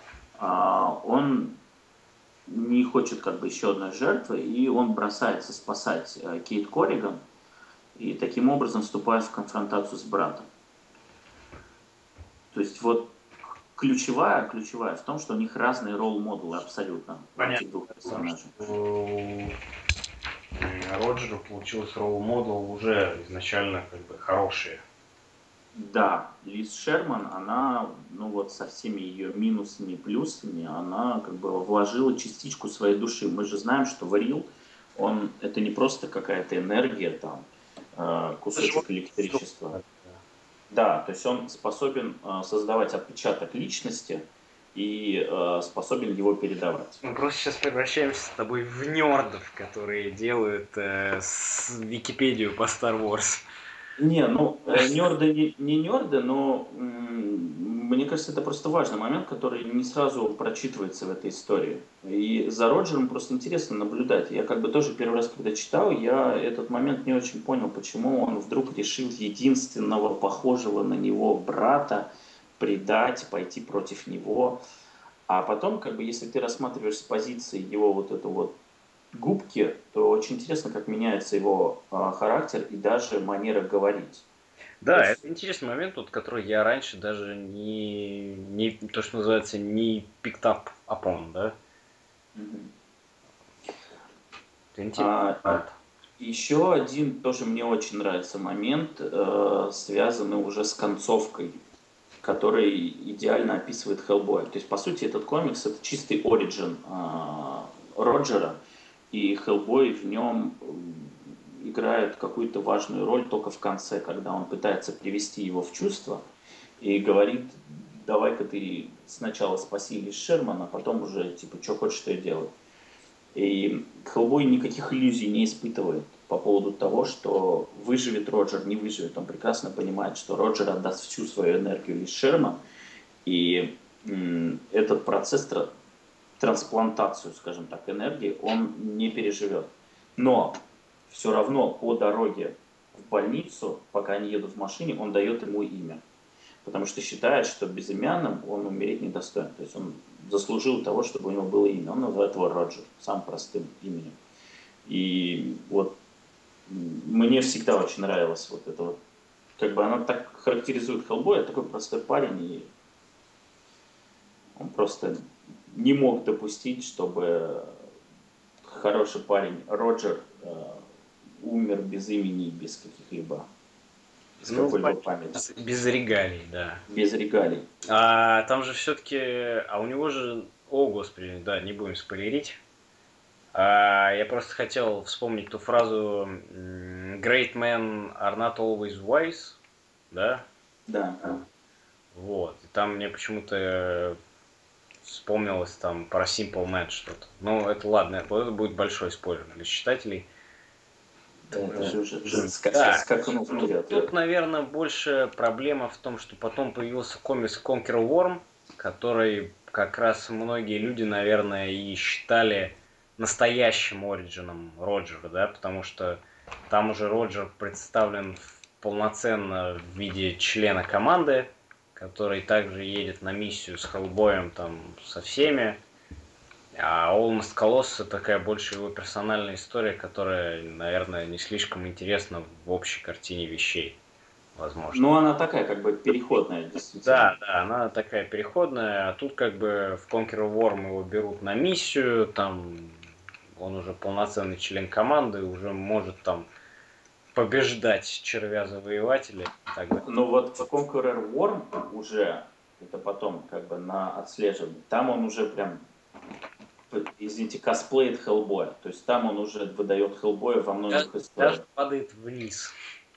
он не хочет как бы еще одной жертвы, и он бросается спасать Кейт Корриган, и таким образом вступает в конфронтацию с братом. То есть вот ключевая в том, что у них разные ролл-моделы абсолютно. Понятно. Этих двух персонажей. Роджеру получилось ролл-модел уже изначально как бы хорошие. Да, Лиз Шерман, она, ну вот со всеми ее минусами и плюсами, она как бы вложила частичку своей души. Мы же знаем, что Варил, это не просто какая-то энергия, там, кусочек электричества. Да, то есть он способен создавать отпечаток личности и способен его передавать. Мы просто сейчас превращаемся с тобой в нердов, которые делают Википедию по Star Wars. Не, ну, нерды не нерды, но мне кажется, это просто важный момент, который не сразу прочитывается в этой истории. И за Роджером просто интересно наблюдать. Я как бы тоже первый раз, когда читал, я этот момент не очень понял, почему он вдруг решил единственного похожего на него брата предать, пойти против него. А потом, как бы, если ты рассматриваешь с позиции его вот эту вот губки, то очень интересно, как меняется его характер и даже манера говорить. Да, То есть, это интересный момент, вот, который я раньше даже не то, что называется, не picked up upon, да? Это интересно. Еще один тоже мне очень нравится момент, связанный уже с концовкой, который идеально описывает Хеллбоя. То есть, по сути, этот комикс — это чистый оригин Роджера, и Хеллбой в нем играет какую-то важную роль только в конце, когда он пытается привести его в чувство и говорит: давай-ка ты сначала спаси Лиз Шерман, а потом уже, типа, что хочешь, что и делай. И Хеллбой никаких иллюзий не испытывает по поводу того, что выживет Роджер, не выживет. Он прекрасно понимает, что Роджер отдаст всю свою энергию Лиз Шерман, и этот процесс, трансплантацию, скажем так, энергии, он не переживет. Но все равно по дороге в больницу, пока они едут в машине, он дает ему имя. Потому что считает, что безымянным он умереть недостоин. То есть он заслужил того, чтобы у него было имя. Он называет его Роджер, самым простым именем. И вот мне всегда очень нравилось вот это вот. Как бы она так характеризует Хеллбоя, такой простой парень, и он просто не мог допустить, чтобы хороший парень Роджер умер без имени, без каких-либо, без какой-либо памяти. Без регалий, да. Без регалий. А там же все-таки, а у него же, о господи, да, не будем спойлерить. Я просто хотел вспомнить ту фразу "Great men are not always wise", да? Да. Вот. И там мне почему-то вспомнилось там про Simple Man что-то. Ну, это ладно, это будет большой спойлер для читателей. Это же уже Да. скакнул вперед. Тут, наверное, больше проблема в том, что потом появился комикс Conquer Worm, который как раз многие люди, наверное, и считали настоящим оригином Роджера, да, потому что там уже Роджер представлен полноценно в виде члена команды, который также едет на миссию с Хеллбоем, там, со всеми. А Almost Colossus такая больше его персональная история, которая, наверное, не слишком интересна в общей картине вещей, возможно. Ну, она такая, как бы, переходная, действительно. Да, да, она такая переходная, а тут как бы в Conqueror Worm его берут на миссию, там он уже полноценный член команды, уже может там побеждать червя-завоевателя и так далее. Но вот в Conqueror Worm уже, это потом как бы на отслеживании, там он уже прям, извините, косплеит Хеллбоя. То есть там он уже выдает Хеллбоя во многих Даже историях. падает вниз.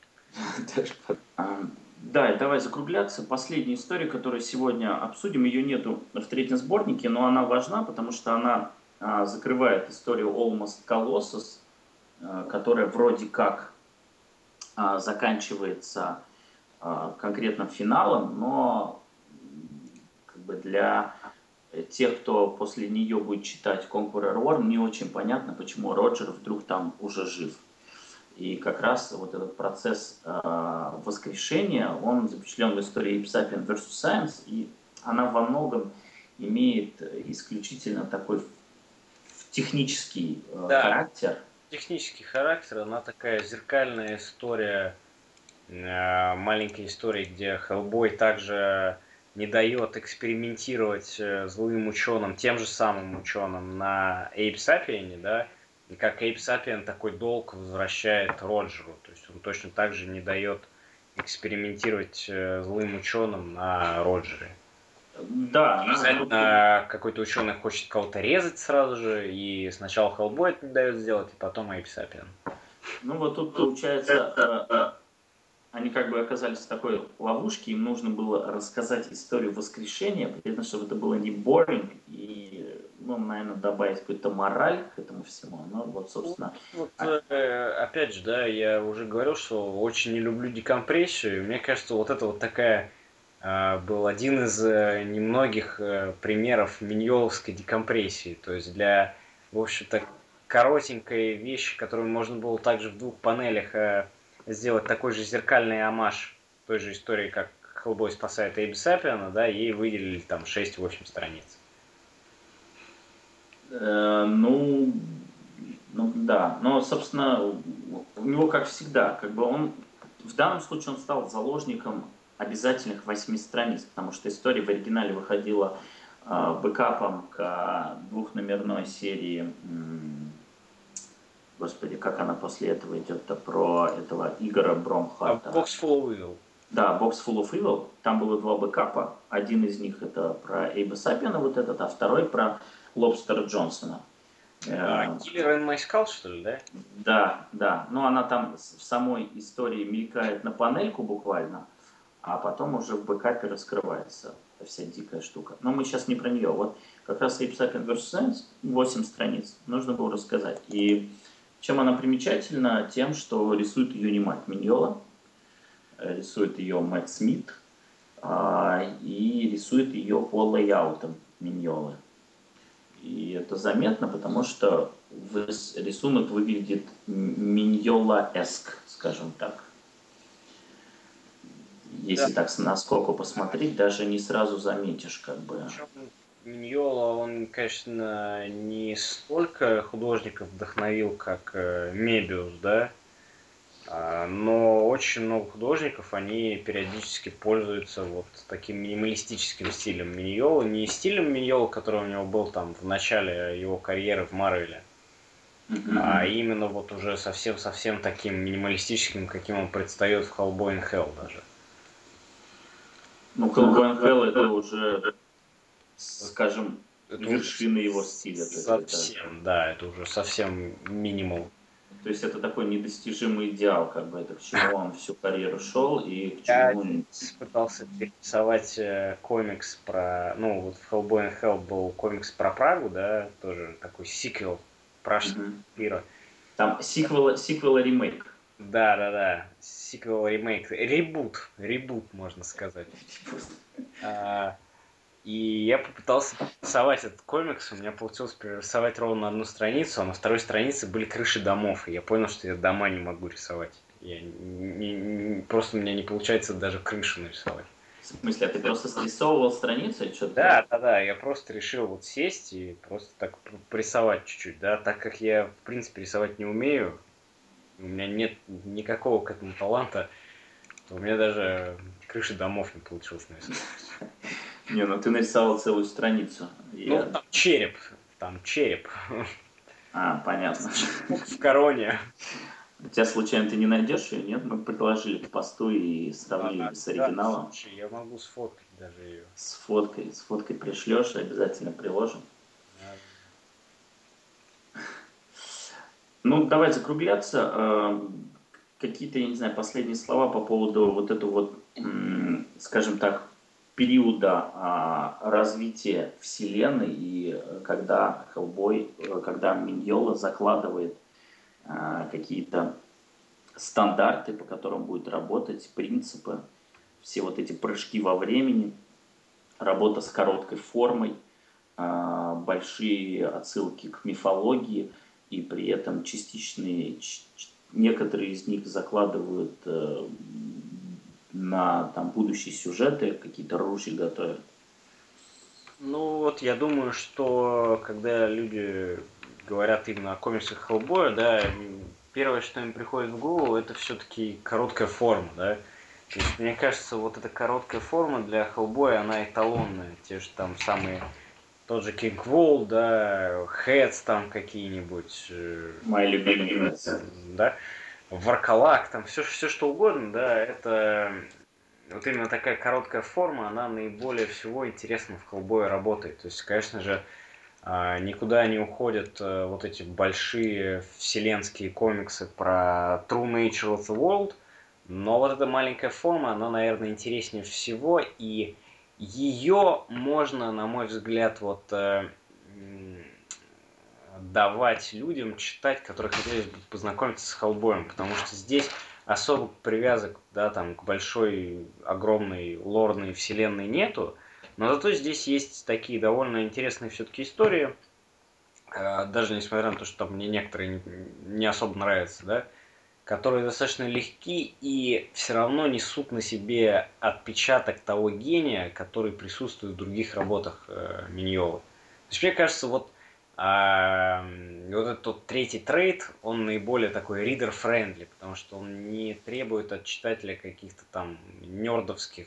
Да, и давай закругляться. Последняя история, которую сегодня обсудим, ее нету в третьем сборнике, но она важна, потому что она закрывает историю Almost Colossus, которая вроде как заканчивается конкретным финалом, но как бы для тех, кто после нее будет читать Conqueror Worm, не очень понятно, почему Роджер вдруг там уже жив. И как раз вот этот процесс воскрешения, он запечатлен в истории Ape Sapien vs. Science, и она во многом имеет исключительно такой технический Да, характер. технический характер, она такая зеркальная история, маленькая история, где Хеллбой также не дает экспериментировать злым ученым, тем же самым ученым на Ape Sapien, да, и как Ape Sapien такой долг возвращает Роджеру, то есть он точно так же не дает экспериментировать злым ученым на Роджере. Да, Обязательно какой-то ученый хочет кого-то резать сразу же, и сначала Хеллбой это не дает сделать, и потом Ape Sapien. ну вот тут получается, они как бы оказались в такой ловушке, им нужно было рассказать историю воскрешения, при этом, чтобы это было не boring, и, ну, наверное, добавить какую-то мораль к этому всему. Ну, вот, собственно. Вот, опять же, да, я уже говорил, что очень не люблю декомпрессию. И мне кажется, вот это вот такая был один из немногих примеров миньоловской декомпрессии. То есть для, в общем-то, коротенькой вещи, которую можно было также в двух панелях сделать такой же зеркальный омаж той же истории, как Хеллбой спасает Эйба Сапиена, да, ей выделили там 6-8 страниц. Ну, ну да, но, собственно, у него, как всегда, как бы он, в данном случае он стал заложником обязательных 8 страниц, потому что история в оригинале выходила бэкапом к двухномерной серии, господи, как она после этого идет-то, про этого Игора Бромхарта. Box Full of Evil. Да, Box Full of Evil, там было два бэкапа, один из них это про Эйба Сапиена вот этот, а второй про Лобстера Джонсона. Killer in My Skull, что ли, да? Да, да. Но она там в самой истории мелькает на панельку буквально, а потом уже в бэкапе раскрывается эта вся дикая штука. Но мы сейчас не про нее. Вот как раз Ape Sapien vs. Science 8 страниц нужно было рассказать. И чем она примечательна? Тем, что рисует ее не Майк Миньола, рисует ее Мэтт Смит, и рисует ее по лейаутам Миньолы. И это заметно, потому что рисунок выглядит Миньола-эск, скажем так. Если так насколько посмотреть, даже не сразу заметишь, как бы. Миньола, он, конечно, не столько художников вдохновил, как Мебиус, да, но очень много художников, они периодически пользуются вот таким минималистическим стилем Миньола, не стилем Миньола, который у него был там в начале его карьеры в Марвеле, а именно вот уже совсем-совсем таким минималистическим, каким он предстает в Hellboy in Hell даже. Ну, Hellboy in Hell это уже, скажем, это вершина его стиля. Совсем, да, это уже совсем минимум. То есть это такой недостижимый идеал, как бы это к чему он всю карьеру шел и к Я чему... пытался перерисовать комикс про... Ну, вот в Hellboy in Hell был комикс про Прагу, да, тоже такой сиквел пражского мира. Там сиквел ремейк. Да, сиквел ремейк, ребут можно сказать. И я попытался перерисовать этот комикс, у меня получилось перерисовать ровно одну страницу, а на второй странице были крыши домов, и я понял, что я дома не могу рисовать. Просто у меня не получается даже крышу нарисовать. В смысле, а ты просто срисовывал страницу или что-то делал? Да, я просто решил вот сесть и просто так порисовать чуть-чуть, да, так как я, в принципе, рисовать не умею, у меня нет никакого к этому таланта, то у меня даже крыши домов не получилось нарисовать. Не, ну ты нарисовал целую страницу. Ну, там череп. Понятно. В короне. У тебя случайно ты не найдешь ее? Нет? Мы предложили к посту и сравнили с Да, оригиналом. слушай, я могу сфоткать даже ее. С фоткой пришлешь, обязательно приложим. Ну, давай закругляться. Какие-то, я не знаю, последние слова по поводу вот этого вот, скажем так, периода развития вселенной и когда Хеллбой, когда Миньола закладывает какие-то стандарты, по которым будет работать, принципы, все вот эти прыжки во времени, работа с короткой формой, большие отсылки к мифологии, и при этом некоторые из них закладывают на там, будущие сюжеты, какие-то ружья готовят. Ну вот я думаю, что когда люди говорят именно о комиксах Хеллбоя, да, первое, что им приходит в голову, это все-таки короткая форма, да. То есть, мне кажется, вот эта короткая форма для Хеллбоя, она эталонная. Те же там самые, тот же Кинг Вол, да, Хэтс там какие-нибудь, Мои любимые. да, Варкалак, там все что угодно, да, это вот именно такая короткая форма, она наиболее всего интересно в Хеллбое работает. То есть, конечно же, никуда не уходят вот эти большие вселенские комиксы про True Nature of the World, но вот эта маленькая форма, она, наверное, интереснее всего, и ее можно, на мой взгляд, вот давать людям читать, которые хотели бы познакомиться с Хеллбоем, потому что здесь особо привязок, да, там, к большой, огромной лорной вселенной нету, но зато здесь есть такие довольно интересные все-таки истории, даже несмотря на то, что там мне некоторые не особо нравятся, да, которые достаточно легки и все равно несут на себе отпечаток того гения, который присутствует в других работах Миньолы. То есть мне кажется, вот вот этот вот третий трейд, он наиболее такой reader-friendly, потому что он не требует от читателя каких-то там нердовских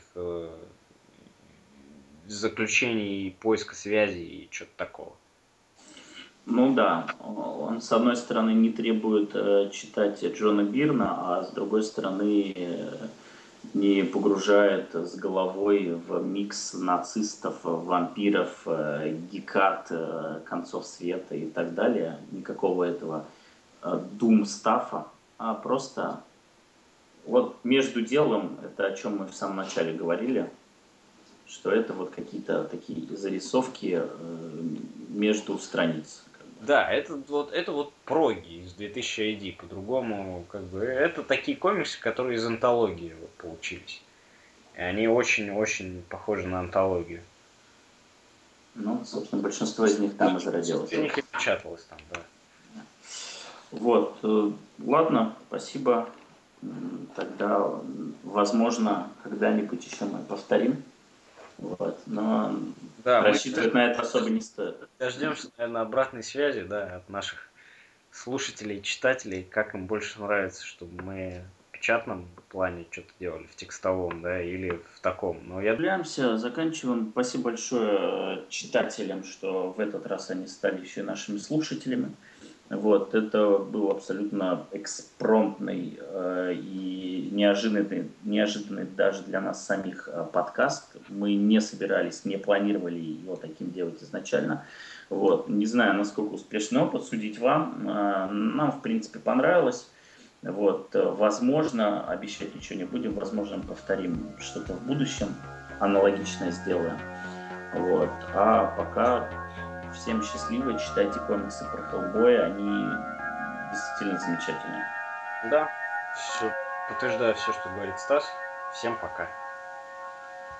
заключений, поиска связи и что-то такого. Ну да, он с одной стороны не требует читать Джона Бирна, а с другой стороны не погружает с головой в микс нацистов, вампиров, гекат, концов света и так далее. Никакого этого дум-стафа, а просто вот между делом, это о чем мы в самом начале говорили, что это вот какие-то такие зарисовки между страниц. Да, это вот проги из 2000 ID, по-другому, как бы, это такие комиксы, которые из антологии вот получились. И они очень-очень похожи на антологию. Ну, собственно, большинство из них там и зародилось. У них и печаталось там, да. Вот, ладно, спасибо. Тогда, возможно, когда-нибудь еще мы повторим. Вот, но Да, мы рассчитывать на это особо не стоит. дождемся, наверное, обратной связи, да, от наших слушателей, читателей, как им больше нравится, чтобы мы в печатном плане что-то делали, в текстовом, да, или в таком. Но я Заканчиваем. Спасибо большое читателям, что в этот раз они стали еще и нашими слушателями. Вот, это был абсолютно экспромтный и неожиданный даже для нас самих подкаст. Мы не собирались, не планировали его таким делать изначально. Вот, не знаю, насколько успешный опыт, судить вам. Нам, в принципе, понравилось. Вот, возможно, обещать ничего не будем, возможно, повторим что-то в будущем, аналогичное сделаем. Вот, а пока всем счастливо, читайте комиксы про Хеллбоя, они действительно замечательные. да, все, подтверждаю все, что говорит Стас. Всем пока.